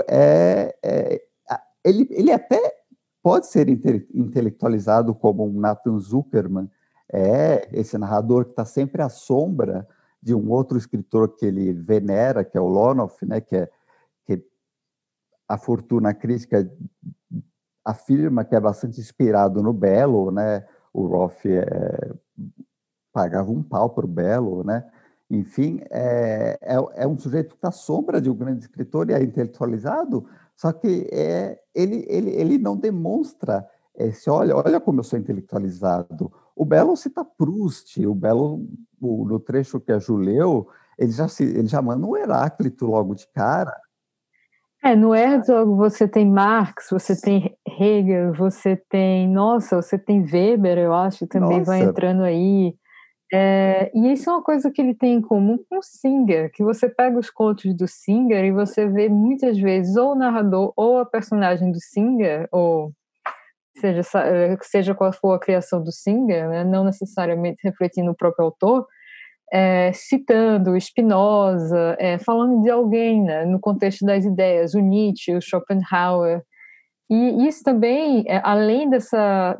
Ele até pode ser intelectualizado como um Nathan Zuckerman, esse narrador que está sempre à sombra de um outro escritor que ele venera, que é o Lonoff, né, que a fortuna crítica afirma que é bastante inspirado no Belo, né? O Roth pagava um pau para o Belo, né? Enfim, é um sujeito que está à sombra de um grande escritor e é intelectualizado, só que ele não demonstra olha como eu sou intelectualizado. O Belo cita Proust, o Belo, no trecho que a Ju leu, ele já manda um Heráclito logo de cara. No Herzog você tem Marx, você tem Hegel, você tem Weber, eu acho, também vai entrando aí. E isso é uma coisa que ele tem em comum com o Singer, que você pega os contos do Singer e você vê muitas vezes ou o narrador ou a personagem do Singer, ou seja qual for a criação do Singer, né, não necessariamente refletindo o próprio autor, citando Spinoza, falando de alguém, né, no contexto das ideias, o Nietzsche, o Schopenhauer. E isso também, além dessa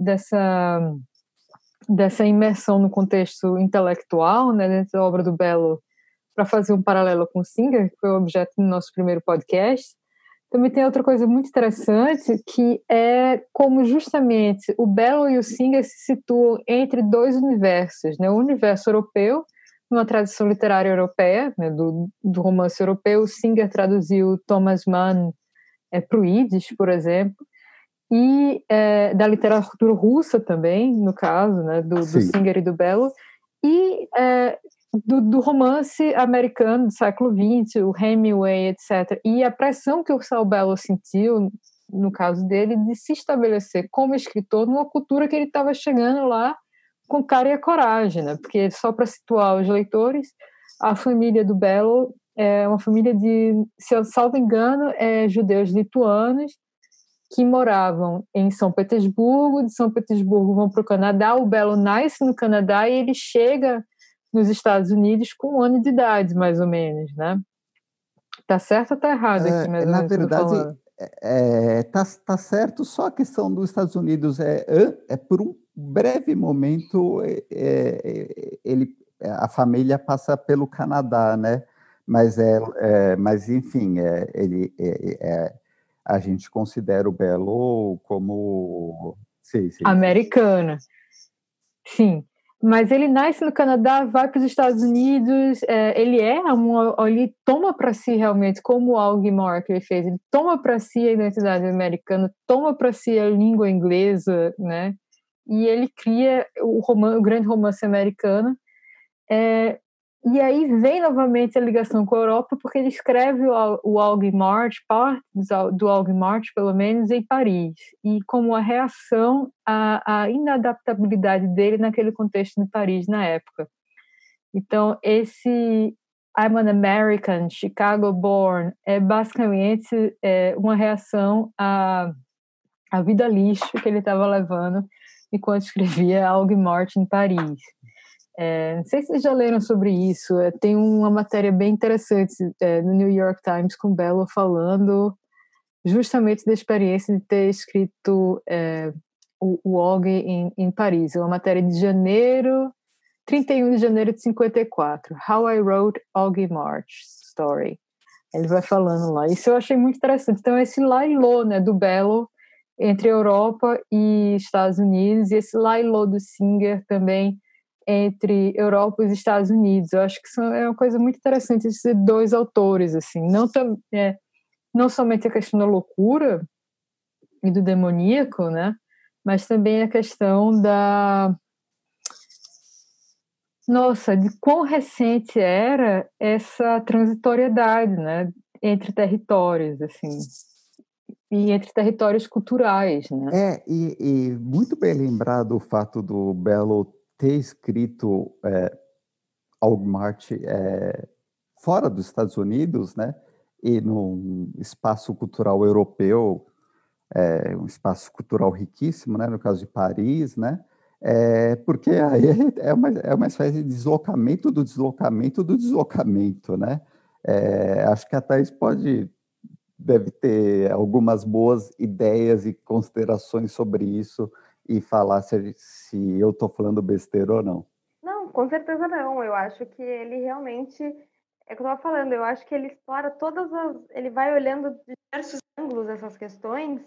imersão no contexto intelectual, né, dentro da obra do Belo, para fazer um paralelo com o Singer, que foi o objeto do nosso primeiro podcast, também tem outra coisa muito interessante, que é como justamente o Bellow e o Singer se situam entre dois universos, né? O universo europeu, numa tradição literária europeia, né? do romance europeu. O Singer traduziu Thomas Mann para o Yiddish, por exemplo, e da literatura russa também, no caso, né? do Singer e do Bellow, e do romance americano do século XX, o Hemingway, etc. E a pressão que o Saul Bellow sentiu, no caso dele, de se estabelecer como escritor numa cultura que ele estava chegando lá com cara e a coragem, né? Porque, só para situar os leitores, a família do Bellow é uma família de, se eu salvo engano, judeus lituanos que moravam em São Petersburgo. De São Petersburgo vão para o Canadá. O Bellow nasce no Canadá e ele chega nos Estados Unidos com 1 ano de idade, mais ou menos, né? Tá certo ou tá errado aqui, mais ou Na menos, que eu tô verdade, falando? tá certo, só a questão dos Estados Unidos por um breve momento a família passa pelo Canadá, né? Mas enfim, a gente considera o Bellow como sim. Americana. Sim, mas ele nasce no Canadá, vai para os Estados Unidos, ele toma para si realmente, como o Algmore que ele fez, ele toma para si a identidade americana, toma para si a língua inglesa, né? E ele cria o grande romance americano. E aí vem novamente a ligação com a Europa, porque ele escreve o Algmore, parte do Algmore, pelo menos, em Paris, e como a reação à inadaptabilidade dele naquele contexto de Paris na época. Então, esse I'm an American, Chicago Born, é basicamente uma reação à vida lixo que ele estava levando enquanto escrevia Algmore em Paris. Não sei se vocês já leram sobre isso. Tem uma matéria bem interessante no New York Times com Bellow falando justamente da experiência de ter escrito o Og em Paris. É uma matéria de 31 de janeiro de 54. How I Wrote Algmar's Story. Ele vai falando lá. Isso eu achei muito interessante. Então, esse lá-e-lô, né, do Bellow entre Europa e Estados Unidos, e esse lá-e-lô do Singer também entre Europa e os Estados Unidos. Eu acho que é uma coisa muito interessante esses dois autores, assim, não somente a questão da loucura e do demoníaco, né, mas também a questão de quão recente era essa transitoriedade, né, entre territórios, assim, e entre territórios culturais, né. E muito bem lembrado o fato do Bellow ter escrito Algmart fora dos Estados Unidos, né? E num espaço cultural europeu, um espaço cultural riquíssimo, né? No caso de Paris, né? Porque aí é uma espécie de deslocamento do deslocamento do deslocamento, né? Acho que a Thaís deve ter algumas boas ideias e considerações sobre isso e falar se eu estou falando besteira ou não. Não, com certeza não. Eu acho que ele realmente, é o que eu estava falando, eu acho que ele explora ele vai olhando de diversos ângulos essas questões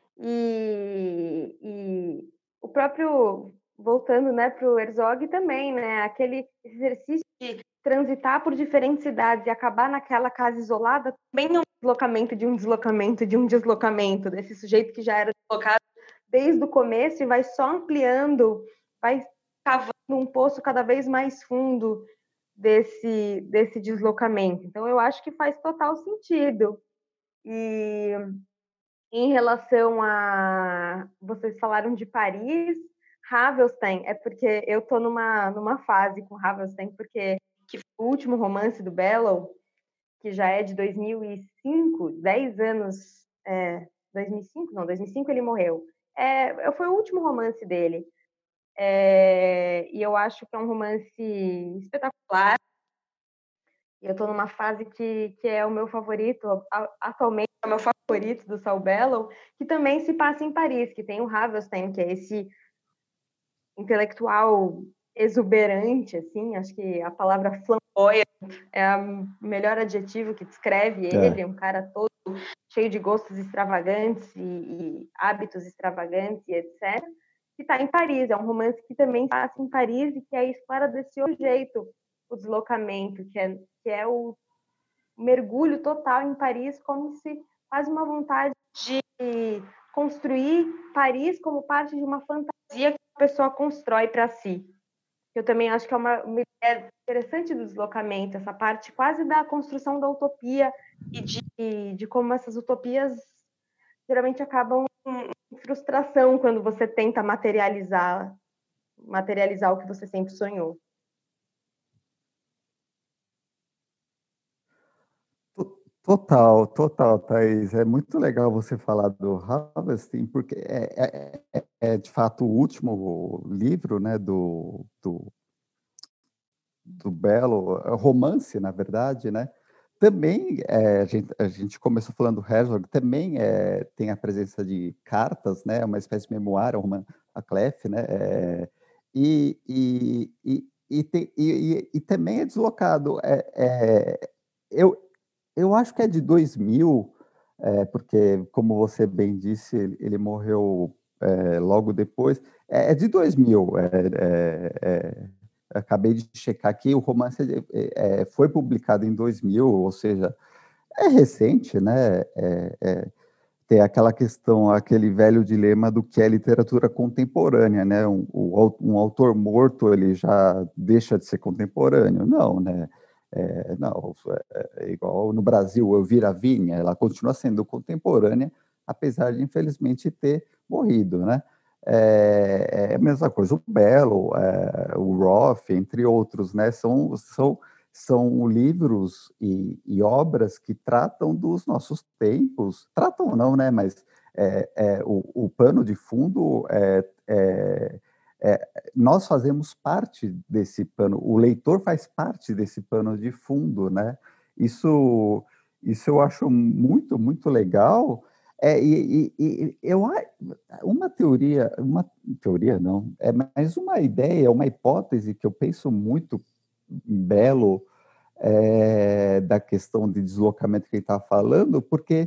e o próprio, voltando, né, para o Herzog também, né, aquele exercício de transitar por diferentes cidades e acabar naquela casa isolada, também é um deslocamento de um deslocamento de um deslocamento, desse sujeito que já era deslocado desde o começo e vai só ampliando, vai cavando um poço cada vez mais fundo desse deslocamento. Então, eu acho que faz total sentido. E em relação a... Vocês falaram de Paris, Ravelstein, é porque eu estou numa fase com Ravelstein, porque que foi o último romance do Bellow, que já é de 2005, 10 anos... 2005? Não, 2005 ele morreu. Foi o último romance dele. E eu acho que é um romance espetacular. E eu estou numa fase que é o meu favorito, atualmente é o meu favorito do Saul Bellow, que também se passa em Paris, que tem o Ravelstein, que é esse intelectual exuberante, assim, acho que a palavra flamboyant é o melhor adjetivo que descreve ele, um cara todo cheio de gostos extravagantes e hábitos extravagantes e etc., que está em Paris. É um romance que também passa em Paris e que aí explora desse outro jeito o deslocamento, que é o mergulho total em Paris, como se faz uma vontade de construir Paris como parte de uma fantasia que a pessoa constrói para si. Eu também acho que é uma ideia interessante do deslocamento, essa parte quase da construção da utopia e de como essas utopias geralmente acabam em frustração quando você tenta materializar o que você sempre sonhou. Total, total, Thaís. É muito legal você falar do Halberstein, porque é de fato o último livro, né, do Belo, romance, na verdade, né? Também, a gente começou falando do Herzog, também tem a presença de cartas, né? Uma espécie de memória, a Clef, né? E também é deslocado. Eu, eu acho que é de 2000, porque, como você bem disse, ele morreu logo depois. É de 2000. Acabei de checar aqui, o romance foi publicado em 2000, ou seja, é recente, né? Tem aquela questão, aquele velho dilema do que é literatura contemporânea, né? Um autor morto, ele já deixa de ser contemporâneo? Não, né? Não, igual no Brasil, Elvira Vinha, ela continua sendo contemporânea, apesar de, infelizmente, ter morrido, né? A mesma coisa, o Belo, o Roth, entre outros, né? São livros e obras que tratam dos nossos tempos, tratam não, né? Mas o pano de fundo nós fazemos parte desse pano, o leitor faz parte desse pano de fundo, né? Isso, isso eu acho muito, muito legal. Uma teoria não, é mais uma ideia, uma hipótese que eu penso muito belo da questão de deslocamento que ele está falando, porque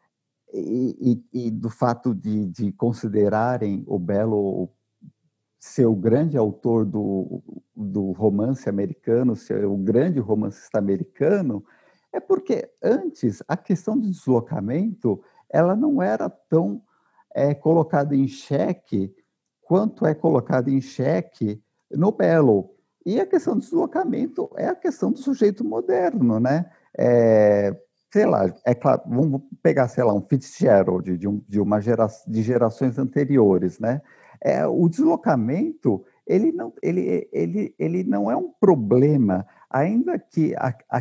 do fato de considerarem o Belo ser o grande autor do romance americano, ser o grande romancista americano, é porque antes a questão do deslocamento ela não era tão colocada em xeque quanto é colocada em xeque no Belo. E a questão do deslocamento é a questão do sujeito moderno, né? Sei lá, claro, vamos pegar, sei lá, um Fitzgerald de gerações anteriores, né? O deslocamento ele não é um problema, ainda que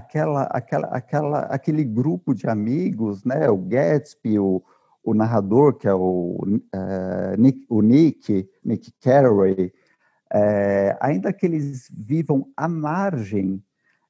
aquele grupo de amigos, né? O Gatsby, o narrador, que é Nick Carraway, ainda que eles vivam à margem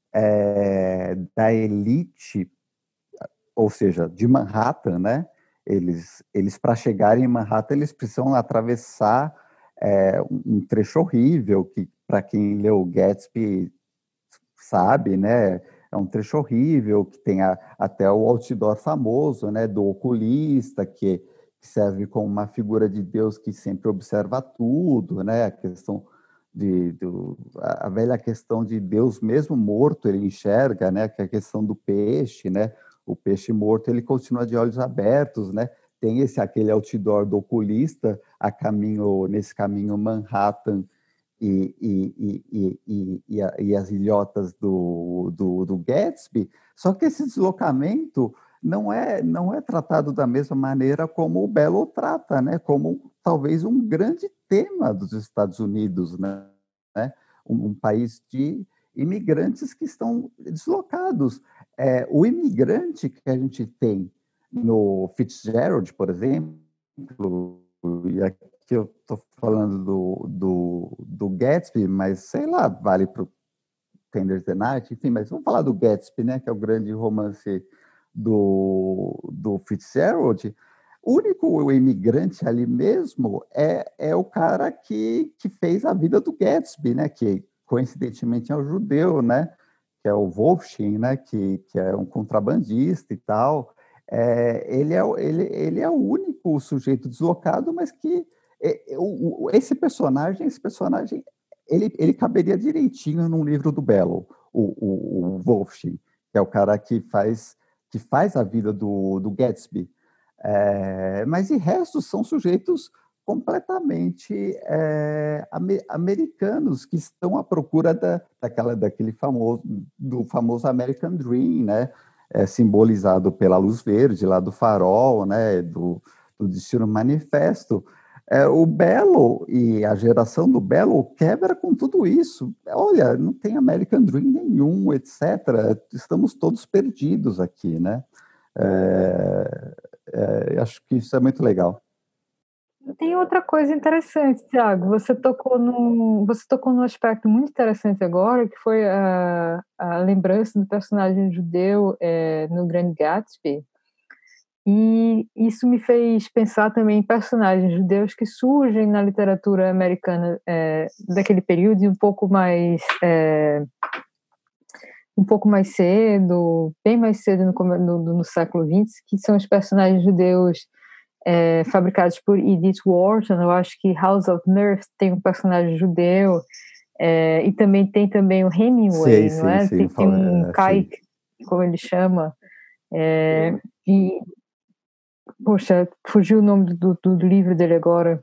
da elite, ou seja, de Manhattan, né? Eles para chegarem em Manhattan, eles precisam atravessar um trecho horrível, que para quem leu Gatsby sabe, né? É um trecho horrível, que tem até o outdoor famoso, né? Do oculista, que serve como uma figura de Deus que sempre observa tudo, né? A questão a velha questão de Deus mesmo morto, ele enxerga, né? Que é a questão do peixe, né? O peixe morto, ele continua de olhos abertos, né? Tem aquele outdoor do oculista nesse caminho Manhattan e as ilhotas do Gatsby, só que esse deslocamento não é tratado da mesma maneira como o Belo trata, né? Como talvez um grande tema dos Estados Unidos, né? Um país de imigrantes que estão deslocados. O imigrante que a gente tem no Fitzgerald, por exemplo, e aqui eu estou falando do Gatsby, mas sei lá, vale para o Tender the Night, enfim, mas vamos falar do Gatsby, né, que é o grande romance do Fitzgerald. O único imigrante ali mesmo é o cara que fez a vida do Gatsby, né, que coincidentemente é um judeu, né, que é o Wolfshin, né, que é um contrabandista e tal. Ele é o único sujeito deslocado, mas que esse personagem, ele caberia direitinho num livro do Bellow, o Wolfshin, que é o cara que faz a vida do Gatsby. Mas de resto são sujeitos completamente americanos que estão à procura do famoso American Dream, né? Simbolizado pela luz verde lá do farol, né? Do Destino Manifesto. O Bellow e a geração do Bellow quebra com tudo isso. Olha, não tem American Dream nenhum, etc. Estamos todos perdidos aqui, né? Acho que isso é muito legal. Tem outra coisa interessante, Tiago. Você tocou num aspecto muito interessante agora, que foi a lembrança do personagem judeu no Grande Gatsby. E isso me fez pensar também em personagens judeus que surgem na literatura americana daquele período e um pouco mais cedo, bem mais cedo no século XX, que são os personagens judeus fabricados por Edith Wharton. Eu acho que House of Mirth tem um personagem judeu, e tem também o Hemingway, não é? Sim, tem um Kai, como ele chama, e poxa, fugiu o nome do livro dele agora.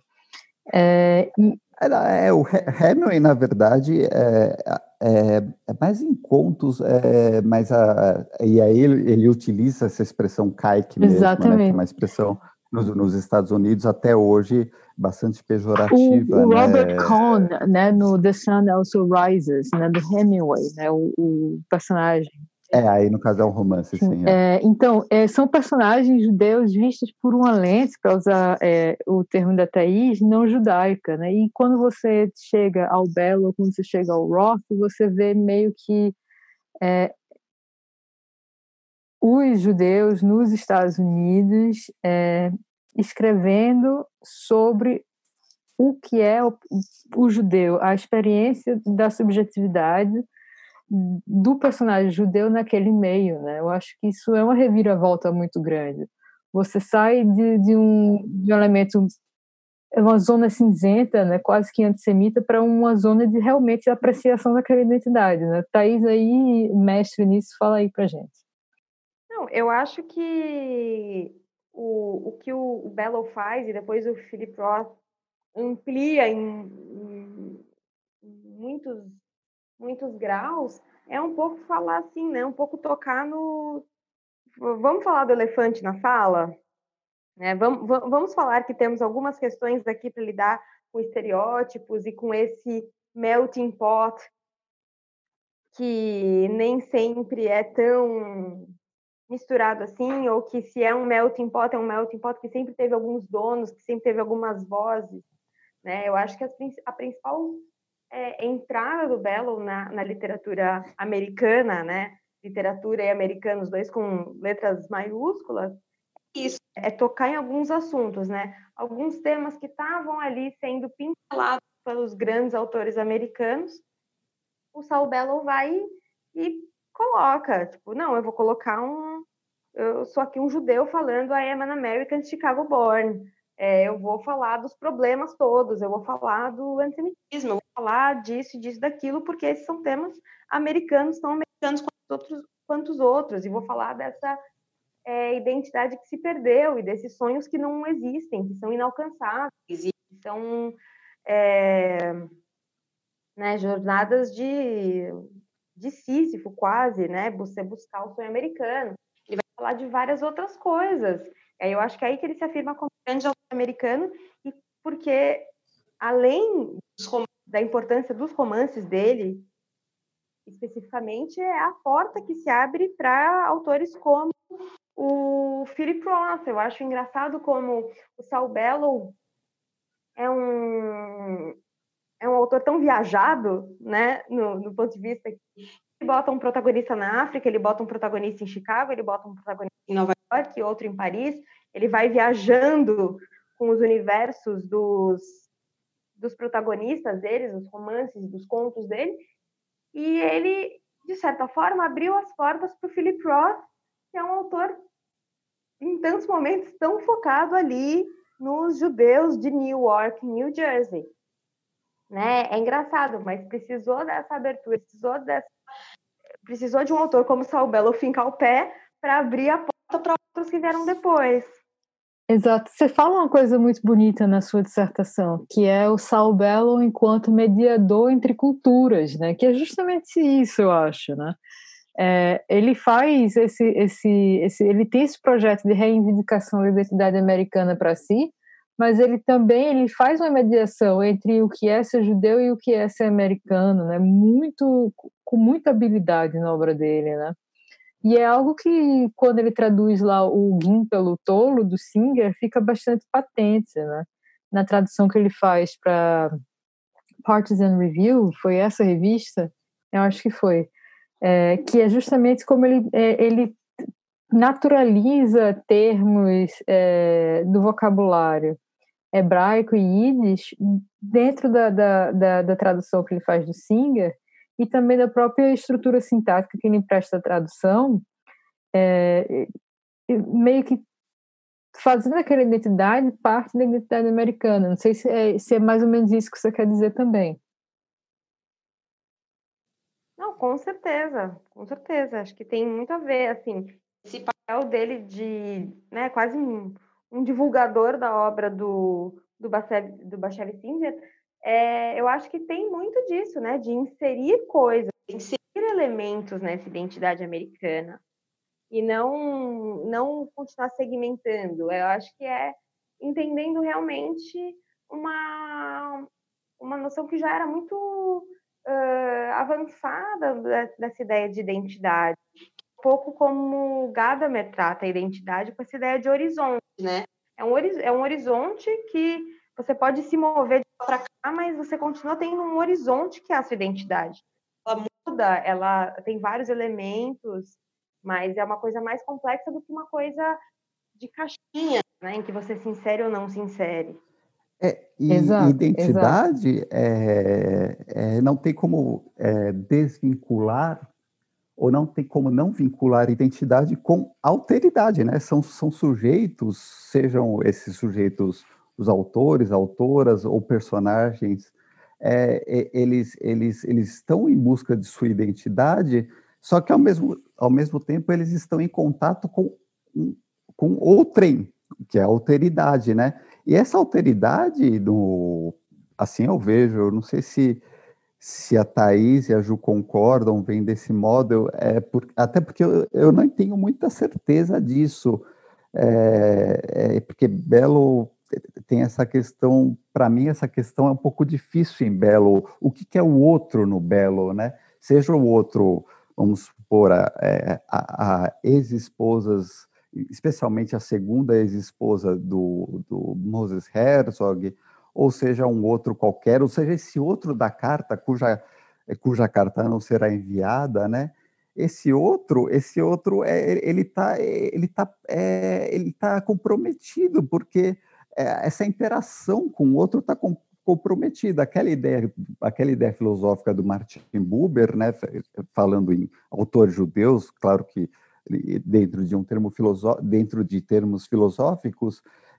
O Hemingway, na verdade, é mais em contos, mas e aí ele utiliza essa expressão kike mesmo, né, que é uma expressão nos Estados Unidos até hoje bastante pejorativa. O Robert Cohn, né, no The Sun Also Rises, né, do Hemingway, né, o personagem. Aí no caso é um romance, sim. Então, são personagens judeus vistos por uma lente, para usar o termo da Thaís, não judaica, né? E quando você chega ao Bellow, quando você chega ao Roth, você vê meio que os judeus nos Estados Unidos escrevendo sobre o que é o judeu, a experiência da subjetividade do personagem judeu naquele meio, né? Eu acho que isso é uma reviravolta muito grande. Você sai de um elemento, uma zona cinzenta, né, quase que antissemita, para uma zona de realmente apreciação daquela identidade, né? Thaís aí, mestre nisso, fala aí pra gente. Não, eu acho que o que o Bellow faz, e depois o Philip Roth amplia em muitos graus, é um pouco falar assim, né? Um pouco tocar no... Vamos falar do elefante na sala? Né? Vamos falar que temos algumas questões aqui para lidar com estereótipos e com esse melting pot que nem sempre é tão misturado assim, ou que se é um melting pot que sempre teve alguns donos, que sempre teve algumas vozes, né? Eu acho que a principal entrada do Bellow na literatura americana, né? Literatura e americano, os dois com letras maiúsculas, isso é tocar em alguns assuntos, né? Alguns temas que estavam ali sendo pincelados pelos grandes autores americanos, o Saul Bellow vai e coloca, tipo, não, eu vou colocar eu sou aqui um judeu falando I am an American Chicago born. Eu vou falar dos problemas todos, eu vou falar do antissemitismo, eu vou falar disso, daquilo, porque esses são temas americanos, tão americanos quanto os outros, e vou falar dessa identidade que se perdeu e desses sonhos que não existem, que são inalcançáveis, e que são né, jornadas de Sísifo, quase, né? Você buscar o sonho americano. Ele vai falar de várias outras coisas. Eu acho que é aí que ele se afirma como grande autor americano, e porque, além da importância dos romances dele, especificamente, é a porta que se abre para autores como o Philip Roth. Eu acho engraçado como o Saul Bellow é um autor tão viajado, né, no ponto de vista que ele bota um protagonista na África, ele bota um protagonista em Chicago, ele bota um protagonista em Nova York, outro em Paris. Ele vai viajando com os universos dos protagonistas deles, dos romances, dos contos dele, e ele, de certa forma, abriu as portas para o Philip Roth, que é um autor em tantos momentos, tão focado ali nos judeus de Newark, New Jersey. Né? É engraçado, mas precisou dessa abertura, precisou de um autor como Saul Bellow fincar o pé para abrir a porta para outros que vieram depois. Exato. Você fala uma coisa muito bonita na sua dissertação, que é o Saul Bellow enquanto mediador entre culturas, né? Que é justamente isso, eu acho, né? Ele faz ele tem esse projeto de reivindicação da identidade americana para si, mas ele também faz uma mediação entre o que é ser judeu e o que é ser americano, né? Com muita habilidade na obra dele, né? E é algo que, quando ele traduz lá o Gim pelo Tolo, do Singer, fica bastante patente, né? Na tradução que ele faz para Partisan Review, foi essa revista? Eu acho que foi. Que é justamente como ele naturaliza termos do vocabulário hebraico e yiddish dentro da tradução que ele faz do Singer e também da própria estrutura sintática que ele empresta à tradução, meio que fazendo aquela identidade parte da identidade americana. Não sei se é mais ou menos isso que você quer dizer também. Não, com certeza, com certeza. Acho que tem muito a ver, assim, esse papel dele de, né, quase um divulgador da obra do Bashevis Singer. Eu acho que tem muito disso, né, de inserir coisas, inserir elementos nessa identidade americana e não continuar segmentando. Eu acho que é entendendo realmente uma noção que já era muito avançada dessa ideia de identidade. Um pouco como Gadamer trata a identidade com essa ideia de horizonte, né? É um horizonte que você pode se mover de lá para cá, mas você continua tendo um horizonte que é a sua identidade. Ela muda, ela tem vários elementos, mas é uma coisa mais complexa do que uma coisa de caixinha, né? Em que você se insere ou não se insere. E identidade não tem como desvincular ou não tem como não vincular identidade com alteridade, né? São sujeitos, sejam esses sujeitos os autores, autoras ou personagens, eles estão em busca de sua identidade, só que ao mesmo tempo eles estão em contato com outrem, que é a alteridade, né? E essa alteridade, assim eu vejo, eu não sei se a Thaís e a Ju concordam, vem desse modo, até porque eu não tenho muita certeza disso, porque Bellow tem essa questão, para mim essa questão é um pouco difícil em Bellow, o que é o outro no Bellow, né? Seja o outro, vamos supor, a ex-esposas, especialmente a segunda ex-esposa do Moses Herzog, ou seja, um outro qualquer, ou seja, esse outro da carta, cuja carta não será enviada, né? Esse outro, ele tá comprometido, porque essa interação com o outro está comprometida. Aquela ideia filosófica do Martin Buber, né? Falando em autores judeus, claro que dentro de um termo dentro de termos filosóficos,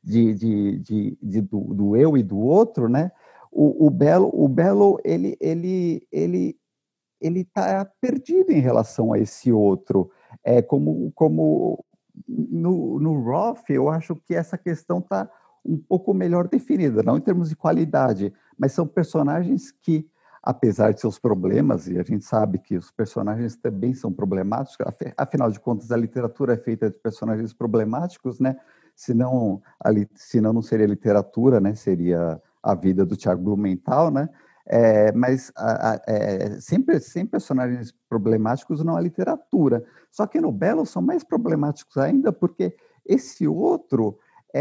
do eu e do outro, né? O Bellow ele está perdido em relação a esse outro. Como no Roth, eu acho que essa questão está um pouco melhor definida, não em termos de qualidade, mas são personagens que, apesar de seus problemas, e a gente sabe que os personagens também são problemáticos, afinal de contas, a literatura é feita de personagens problemáticos, né? Senão não seria literatura, né? Seria a vida do Tiago Blumenthal, né? Mas sempre sem personagens problemáticos não há literatura. Só que no Bellow são mais problemáticos ainda, porque esse outro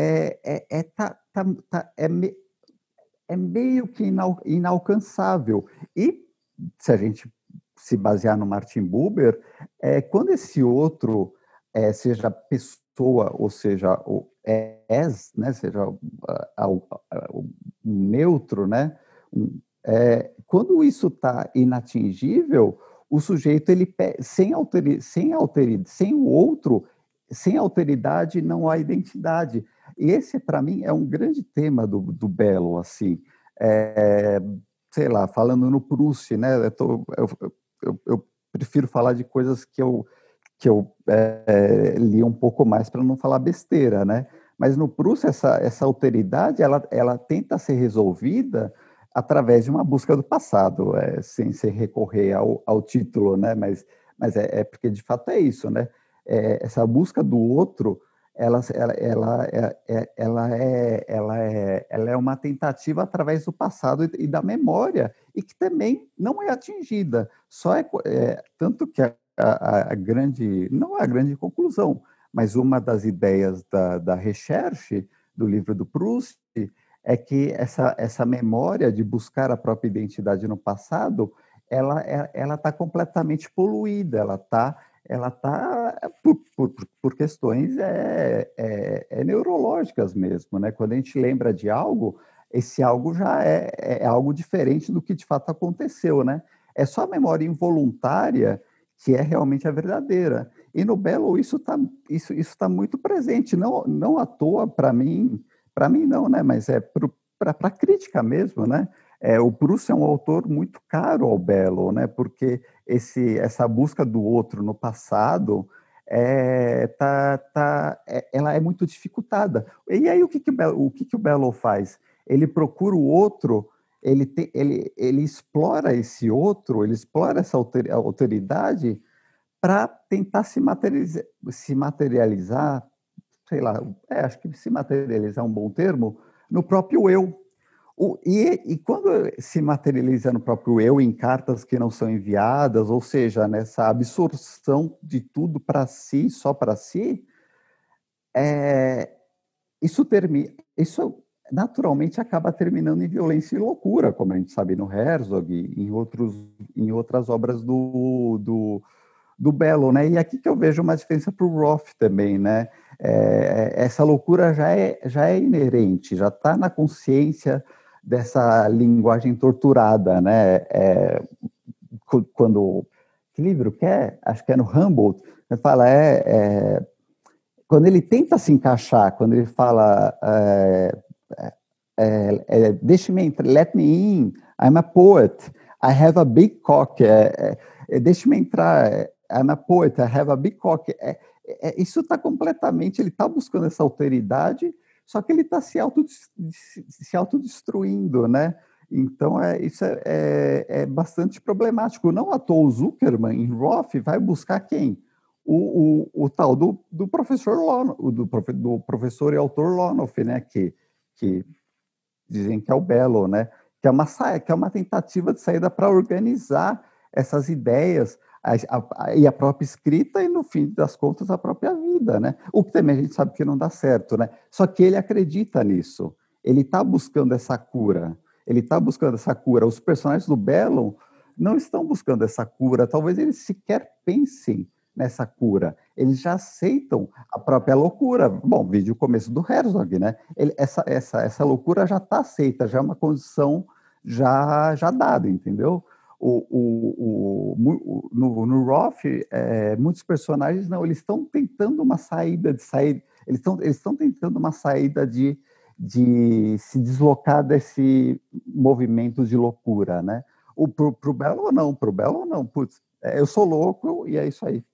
meio que inalcançável. E se a gente se basear no Martin Buber, quando esse outro, seja pessoa, ou seja, o né, seja o neutro, né, quando isso está inatingível, o sujeito sem o outro sem alteridade não há identidade. E esse, para mim, é um grande tema do Belo, assim. Sei lá, falando no Proust, né? Eu prefiro falar de coisas que eu li um pouco mais para não falar besteira, né? Mas no Proust, essa alteridade, ela tenta ser resolvida através de uma busca do passado, sem se recorrer ao título, né? Mas porque, de fato, é isso, né? Essa busca do outro, ela é uma tentativa através do passado e da memória, e que também não é atingida. Tanto que a grande, não a grande conclusão, mas uma das ideias da recherche do livro do Proust é que essa memória de buscar a própria identidade no passado, ela está completamente poluída, ela tá por questões neurológicas mesmo, né? Quando a gente lembra de algo, esse algo já é algo diferente do que de fato aconteceu, né? É só a memória involuntária que é realmente a verdadeira. E no Belo isso tá muito presente, não à toa para mim não, né? Mas para a crítica mesmo, né? O Proust é um autor muito caro ao Belo, né? Porque essa busca do outro no passado ela é muito dificultada. E aí o que o Belo faz? Ele procura o outro, ele explora esse outro, ele explora essa alteridade para tentar se materializar, sei lá, acho que se materializar é um bom termo, no próprio eu. E quando se materializa no próprio eu, em cartas que não são enviadas, ou seja, nessa absorção de tudo para si, só para si, isso naturalmente acaba terminando em violência e loucura, como a gente sabe no Herzog e em outras obras do Belo, né? E aqui que eu vejo uma diferença para o Roth também, né? Essa loucura já é inerente, já está na consciência dessa linguagem torturada, né? Quando que livro que é? Acho que é no Humboldt, ele fala quando ele tenta se encaixar, quando ele fala deixe-me entrar, let me in, I'm a poet, I have a big cock, deixe-me entrar, I'm a poet, I have a big cock. Isso está completamente, ele está buscando essa alteridade, só que ele está se autodestruindo, né? Então, isso é bastante problemático. Não à toa o Zuckerman, em Roth, vai buscar quem? O tal do professor Lonoff, do professor e autor Lonoff, né? Que dizem que é o Belo, né? Que é uma tentativa de saída para organizar essas ideias e a própria escrita e, no fim das contas, a própria vida, né? O que também a gente sabe que não dá certo, né? Só que ele acredita nisso. Ele está buscando essa cura. Os personagens do Belo não estão buscando essa cura. Talvez eles sequer pensem nessa cura. Eles já aceitam a própria loucura. Bom, vídeo o começo do Herzog, né? Essa loucura já está aceita, já é uma condição já dada, entendeu? No Roth, muitos personagens não, eles estão tentando uma saída eles estão tentando uma saída de se deslocar desse movimento de loucura, né? Pro Belo não, putz, eu sou louco e é isso aí.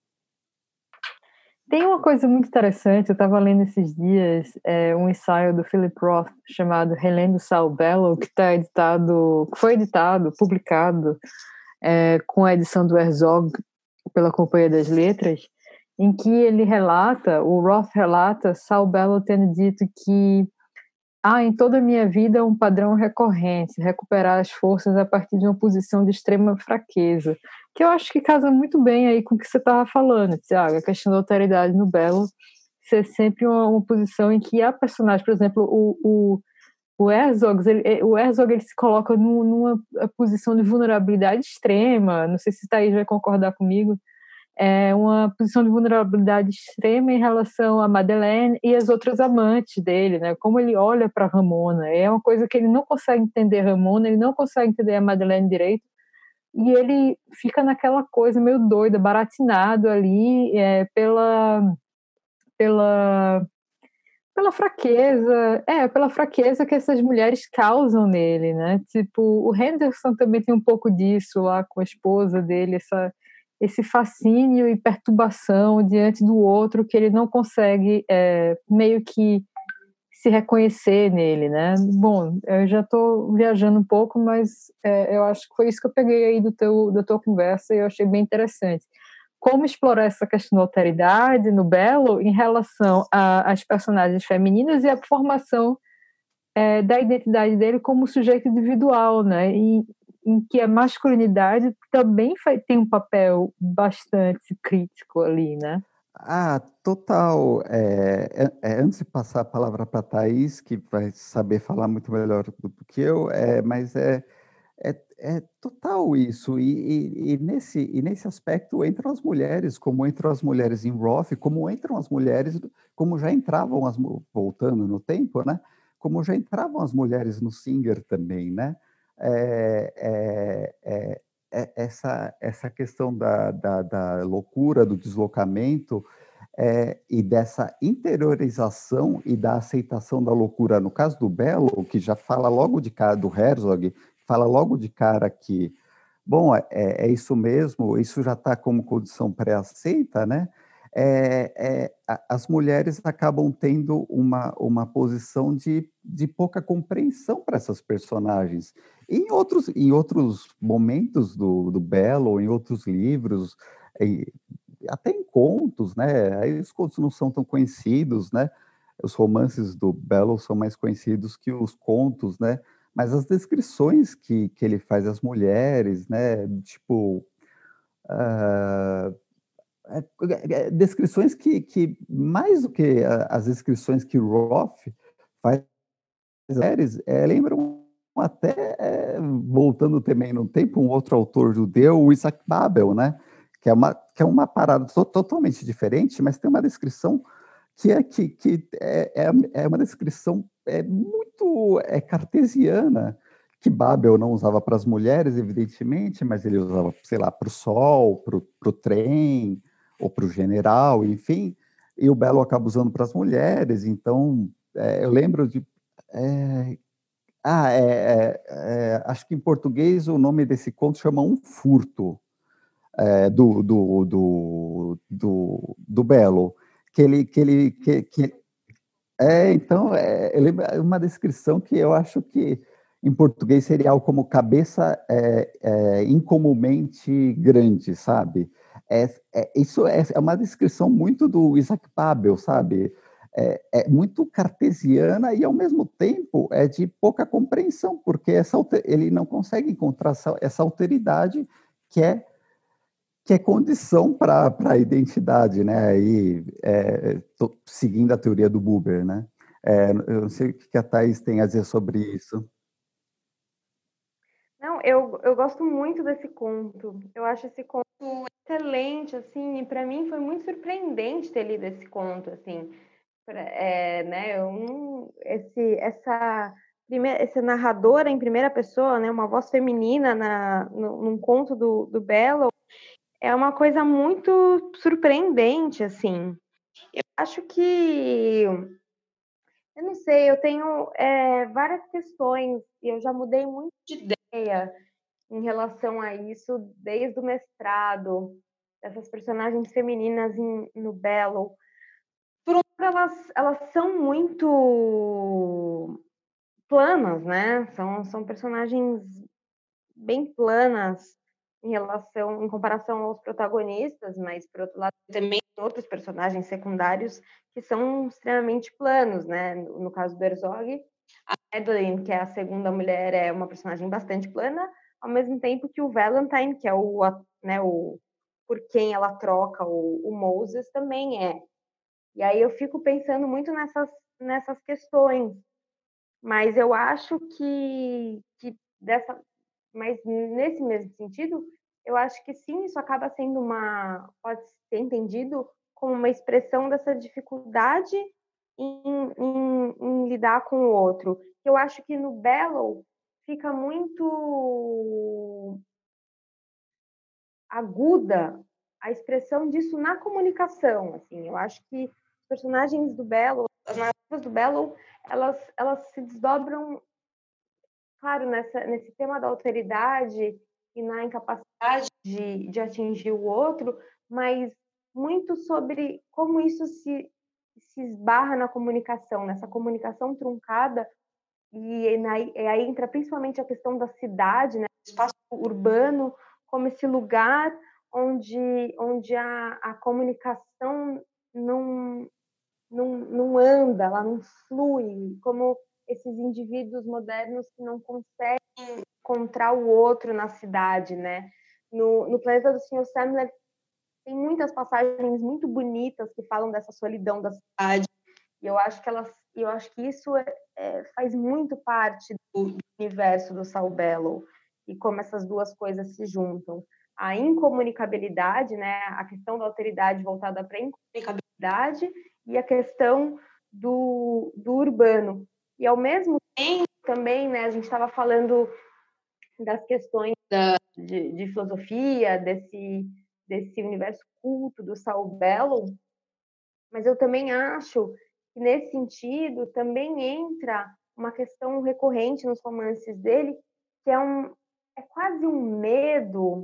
Tem uma coisa muito interessante, eu estava lendo esses dias um ensaio do Philip Roth chamado Relendo Saul Bellow, que foi editado, publicado com a edição do Herzog pela Companhia das Letras, em que o Roth relata Saul Bellow tendo dito que em toda a minha vida é um padrão recorrente, recuperar as forças a partir de uma posição de extrema fraqueza, que eu acho que casa muito bem aí com o que você estava falando, Tiago, a questão da autoridade no Belo ser sempre uma posição em que há personagens, por exemplo, o Herzog, ele se coloca numa posição de vulnerabilidade extrema, não sei se Thaís vai concordar comigo, uma posição de vulnerabilidade extrema em relação a Madeleine e as outras amantes dele, né? Como ele olha para Ramona, é uma coisa que ele não consegue entender Ramona, ele não consegue entender a Madeleine direito, e ele fica naquela coisa meio doida, baratinado ali pela fraqueza que essas mulheres causam nele, né? Tipo, o Henderson também tem um pouco disso lá com a esposa dele, esse fascínio e perturbação diante do outro que ele não consegue meio que se reconhecer nele, né? Bom, eu já estou viajando um pouco, mas eu acho que foi isso que eu peguei aí da tua conversa e eu achei bem interessante. Como explorar essa questão da alteridade no Belo em relação às personagens femininas e a formação da identidade dele como sujeito individual, né? Em que a masculinidade também tem um papel bastante crítico ali, né? Total. Antes de passar a palavra para a Thaís, que vai saber falar muito melhor do que eu, mas é total isso. E nesse aspecto entram as mulheres, como entram as mulheres em Roth, como entram as mulheres, como já entravam, voltando no tempo, né? Como já entravam as mulheres no Singer também, né? Essa questão da loucura, do deslocamento, e dessa interiorização e da aceitação da loucura. No caso do Belo, que já fala logo de cara, do Herzog, fala logo de cara que, bom, é isso mesmo, isso já está como condição pré-aceita, né? As mulheres acabam tendo uma posição de pouca compreensão para essas personagens. Em outros momentos do Belo, em outros livros, até em contos, né? Aí os contos não são tão conhecidos, né? Os romances do Bellow são mais conhecidos que os contos, né? Mas as descrições que ele faz às mulheres, né? Tipo, ah, descrições que mais do que as descrições que Roth faz às mulheres, lembram até, voltando também no tempo, um outro autor judeu, o Isaac Babel, né? Que é uma parada totalmente diferente, mas tem uma descrição que é uma descrição muito cartesiana, que Babel não usava para as mulheres, evidentemente, mas ele usava, sei lá, para o sol, para o trem, ou para o general, enfim, e o Belo acaba usando para as mulheres, então eu lembro de... é, acho que em português o nome desse conto chama Um Furto, do Belo, então, é uma descrição que eu acho que em português seria algo como cabeça incomumente grande, sabe? Isso é uma descrição muito do Isaac Babel, sabe? É muito cartesiana e, ao mesmo tempo, é de pouca compreensão, porque ele não consegue encontrar essa alteridade que é condição para a identidade, né? Aí, seguindo a teoria do Buber, né? Eu não sei o que a Thaís tem a dizer sobre isso. Não, eu gosto muito desse conto. Eu acho esse conto excelente, assim, e para mim foi muito surpreendente ter lido esse conto, assim. Né, essa narradora em primeira pessoa, né, uma voz feminina num conto do Bellow, é uma coisa muito surpreendente, assim. Eu acho que, eu não sei, eu tenho várias questões e eu já mudei muito de ideia em relação a isso desde o mestrado, dessas personagens femininas no Bellow. Por um lado, elas são muito planas, né? São personagens bem planas em comparação aos protagonistas, mas por outro lado também tem outros personagens secundários que são extremamente planos, né? No caso do Herzog, a Madeline, que é a segunda mulher, é uma personagem bastante plana, ao mesmo tempo que o Valentine, que é o por quem ela troca o Moses, também é. E aí eu fico pensando muito nessas questões, mas eu acho mas nesse mesmo sentido, eu acho que sim, isso acaba sendo pode ser entendido como uma expressão dessa dificuldade em lidar com o outro. Eu acho que no Bellow fica muito aguda a expressão disso na comunicação, assim. Eu acho que personagens do Bellow, as narrativas do Bellow, elas se desdobram, claro, nesse tema da alteridade e na incapacidade de atingir o outro, mas muito sobre como isso se esbarra na comunicação, nessa comunicação truncada, e aí entra principalmente a questão da cidade, né, o espaço urbano, como esse lugar onde a comunicação não anda, ela não flui, como esses indivíduos modernos que não conseguem encontrar o outro na cidade, né? No Planeta do Sr. Sandler tem muitas passagens muito bonitas que falam dessa solidão da cidade, e eu acho que isso faz muito parte do universo do Saul Bellow, e como essas duas coisas se juntam. A incomunicabilidade, né, a questão da alteridade voltada para a incomunicabilidade, e a questão do urbano. E, ao mesmo tempo, também, né, a gente estava falando das questões de filosofia, desse universo culto do Saul Bellow, mas eu também acho que, nesse sentido, também entra uma questão recorrente nos romances dele, que é quase um medo,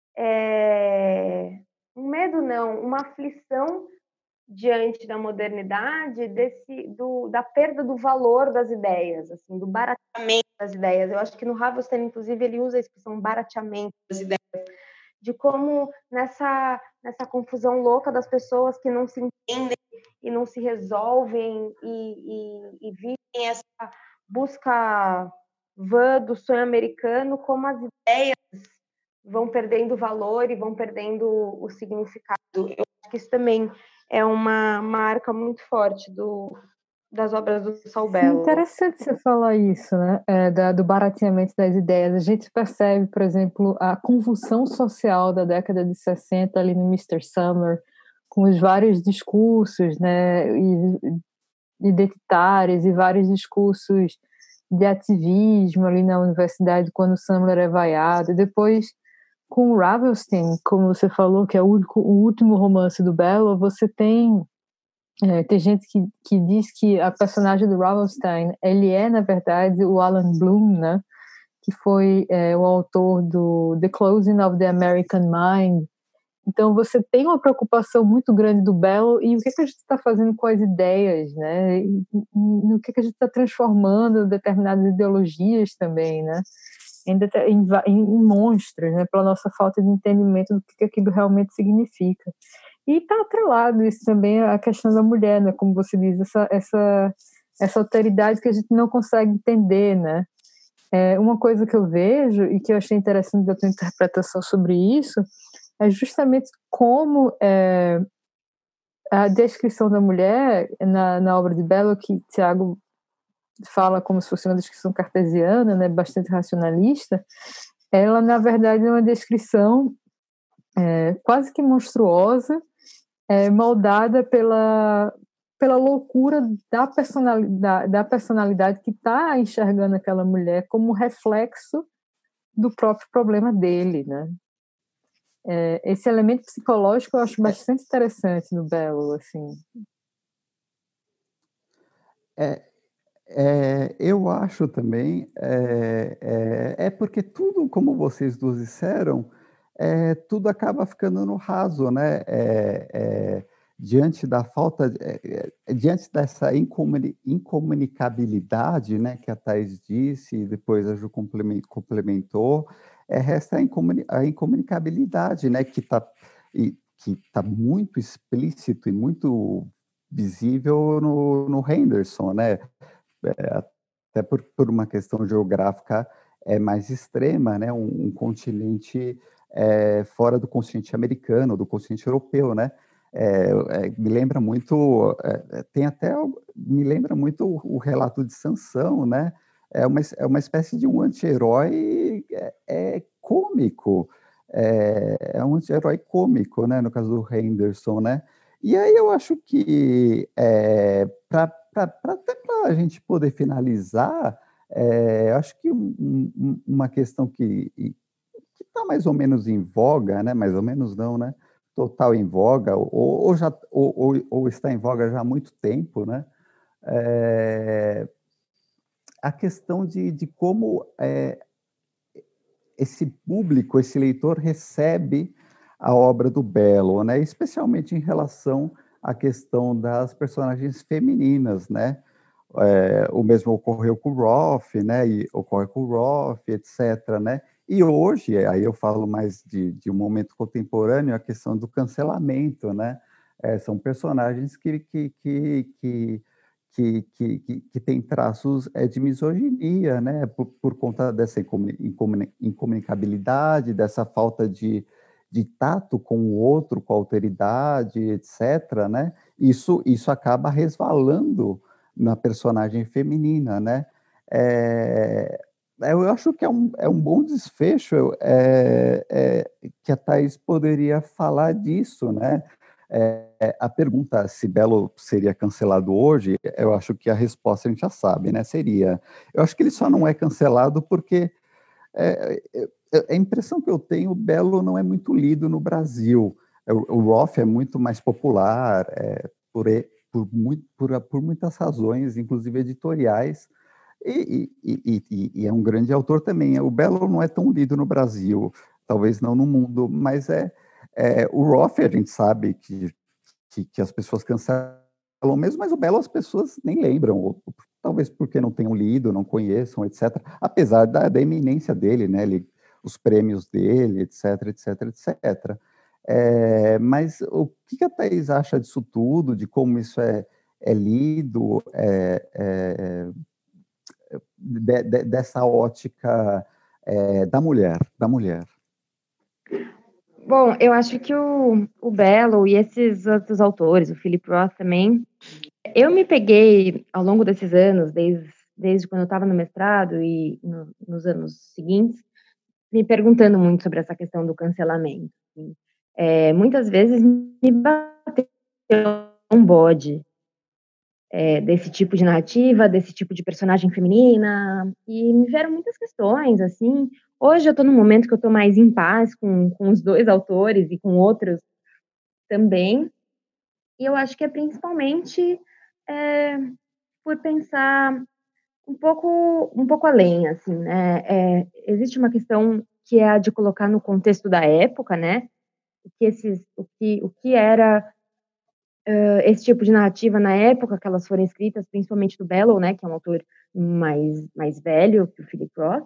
uma aflição diante da modernidade, da perda do valor das ideias, assim, do barateamento das ideias. Eu acho que no Ravelstain, inclusive, ele usa a expressão barateamento das ideias, de como nessa confusão louca das pessoas que não se entendem e não se resolvem e vivem essa busca vã do sonho americano, como as ideias vão perdendo valor e vão perdendo o significado. Eu acho que isso também é uma marca muito forte das obras do Saul Bellow. Interessante você falar isso, né? Do barateamento das ideias. A gente percebe, por exemplo, a convulsão social da década de 60 ali no Mr. Summer, com os vários discursos, né, identitários e vários discursos de ativismo ali na universidade quando o Summer é vaiado. E depois, com o Ravelstain, como você falou, que é o último romance do Bellow, você tem gente que diz que a personagem do Ravelstain, ele é, na verdade, o Alan Bloom, né? Que foi o autor do The Closing of the American Mind. Então, você tem uma preocupação muito grande do Bellow e o que a gente está fazendo com as ideias, né? E no que a gente está transformando determinadas ideologias também, né? Em monstros, né? Pela nossa falta de entendimento do que aquilo realmente significa. E está atrelado isso também à questão da mulher, né? Como você diz, essa alteridade que a gente não consegue entender, né? Uma coisa que eu vejo e que eu achei interessante da tua interpretação sobre isso é justamente como a descrição da mulher na obra de Bellow, que Tiago fala como se fosse uma descrição cartesiana, né? Bastante racionalista, ela, na verdade, é uma descrição quase que monstruosa, moldada pela loucura da personalidade que está enxergando aquela mulher como reflexo do próprio problema dele, né? Esse elemento psicológico eu acho bastante interessante no Bellow, assim. Eu acho também, porque tudo, como vocês duas disseram, tudo acaba ficando no raso, né? Diante da falta, diante dessa incomunicabilidade, né, que a Thais disse e depois a Ju complementou, resta a incomunicabilidade, né, que tá muito explícito e muito visível no Henderson, né? Até por uma questão geográfica mais extrema, né? Um continente fora do continente americano, do continente europeu, né? Me lembra muito, me lembra muito o relato de Sansão, né? É uma espécie de um anti-herói cômico, é um anti-herói cômico, né? No caso do Henderson, né? E aí eu acho que até para a gente poder finalizar, acho que uma questão que está mais ou menos em voga, né? Mais ou menos não, né? total em voga, ou está em voga já há muito tempo, né? A questão de como esse público, esse leitor recebe a obra do Bellow, né? Especialmente em relação à questão das personagens femininas, né? O mesmo ocorreu com o Roth, né? E ocorre com o Roth, etc., né? E hoje, aí eu falo mais de um momento contemporâneo, a questão do cancelamento, né? São personagens que têm traços de misoginia, né? Por conta dessa incomunicabilidade, dessa falta de tato com o outro, com a alteridade, etc., né? Isso acaba resvalando na personagem feminina, né? Eu acho que é um bom desfecho que a Thaís poderia falar disso, né? A pergunta se Bellow seria cancelado hoje, eu acho que a resposta a gente já sabe, né? Seria. Eu acho que ele só não é cancelado porque a impressão que eu tenho, o Bellow não é muito lido no Brasil. O Roth é muito mais popular, por muitas razões, inclusive editoriais, e é um grande autor também. O Bellow não é tão lido no Brasil, talvez não no mundo, mas o Roth a gente sabe que as pessoas cancelam mesmo, mas o Bellow as pessoas nem lembram, ou talvez porque não tenham lido, não conheçam, etc. Apesar da eminência dele, né? Os prêmios dele, etc., etc., etc. Mas o que a Thaís acha disso tudo, de como isso é lido, dessa ótica da mulher, Bom, eu acho que o Bellow e esses outros autores, o Philip Roth também, eu me peguei ao longo desses anos, desde quando eu estava no mestrado e nos anos seguintes, me perguntando muito sobre essa questão do cancelamento. Assim. Muitas vezes me bateu um bode desse tipo de narrativa, desse tipo de personagem feminina, e me vieram muitas questões, assim. Hoje eu estou num momento que eu estou mais em paz com os dois autores e com outros também, e eu acho que é principalmente por pensar um pouco além, assim, né? Existe uma questão que é a de colocar no contexto da época, né? O que era esse tipo de narrativa na época que elas foram escritas, principalmente do Bellow, né? Que é um autor mais velho que o Philip Roth.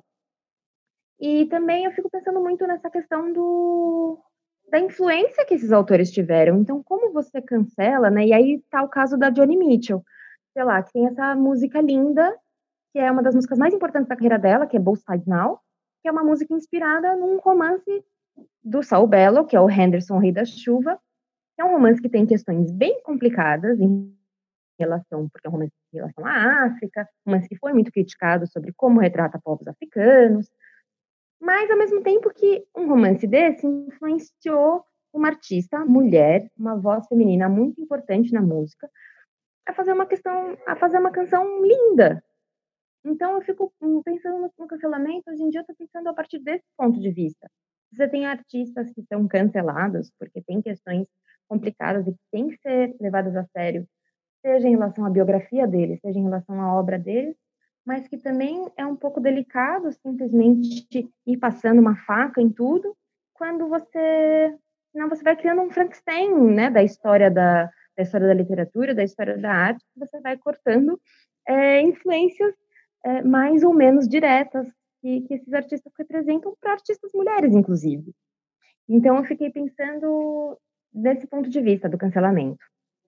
E também eu fico pensando muito nessa questão da influência que esses autores tiveram. Então, como você cancela, né? E aí tá o caso da Joni Mitchell, sei lá, que tem essa música linda, que é uma das músicas mais importantes da carreira dela, que é Both Sides Now, que é uma música inspirada num romance do Saul Bellow, que é o Henderson Rei da Chuva, que é um romance que tem questões bem complicadas porque é um romance em relação à África, um romance que foi muito criticado sobre como retrata povos africanos, mas ao mesmo tempo que um romance desse influenciou uma artista, mulher, uma voz feminina muito importante na música, a fazer uma canção linda. Então eu fico pensando no cancelamento, hoje em dia eu estou pensando a partir desse ponto de vista. Você tem artistas que são cancelados porque tem questões complicadas e que têm que ser levadas a sério, seja em relação à biografia deles, seja em relação à obra deles, mas que também é um pouco delicado simplesmente ir passando uma faca em tudo, quando senão você vai criando um Frankenstein, né, da história da história da literatura, da história da arte, você vai cortando influências mais ou menos diretas que esses artistas representam para artistas mulheres, inclusive. Então eu fiquei pensando desse ponto de vista do cancelamento.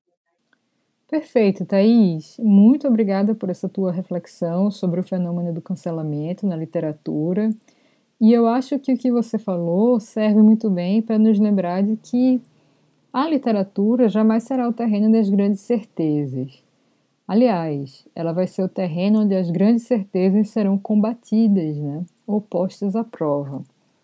Perfeito, Thaís. Muito obrigada por essa tua reflexão sobre o fenômeno do cancelamento na literatura. E eu acho que o que você falou serve muito bem para nos lembrar de que a literatura jamais será o terreno das grandes certezas. Aliás, ela vai ser o terreno onde as grandes certezas serão combatidas, né? Ou postas à prova.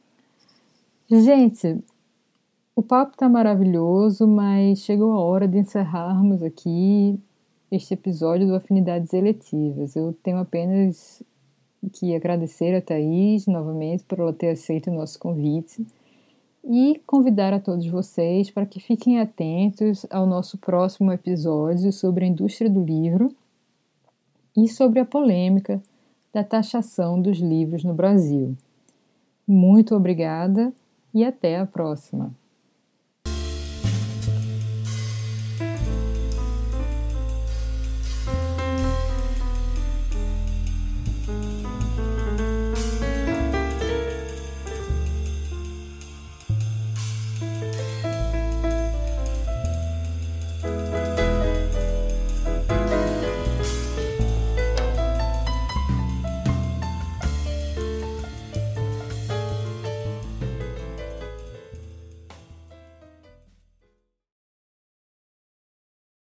Gente, o papo está maravilhoso, mas chegou a hora de encerrarmos aqui este episódio do Afinidades Eletivas. Eu tenho apenas que agradecer a Thaís novamente por ela ter aceito o nosso convite e convidar a todos vocês para que fiquem atentos ao nosso próximo episódio sobre a indústria do livro e sobre a polêmica da taxação dos livros no Brasil. Muito obrigada e até a próxima!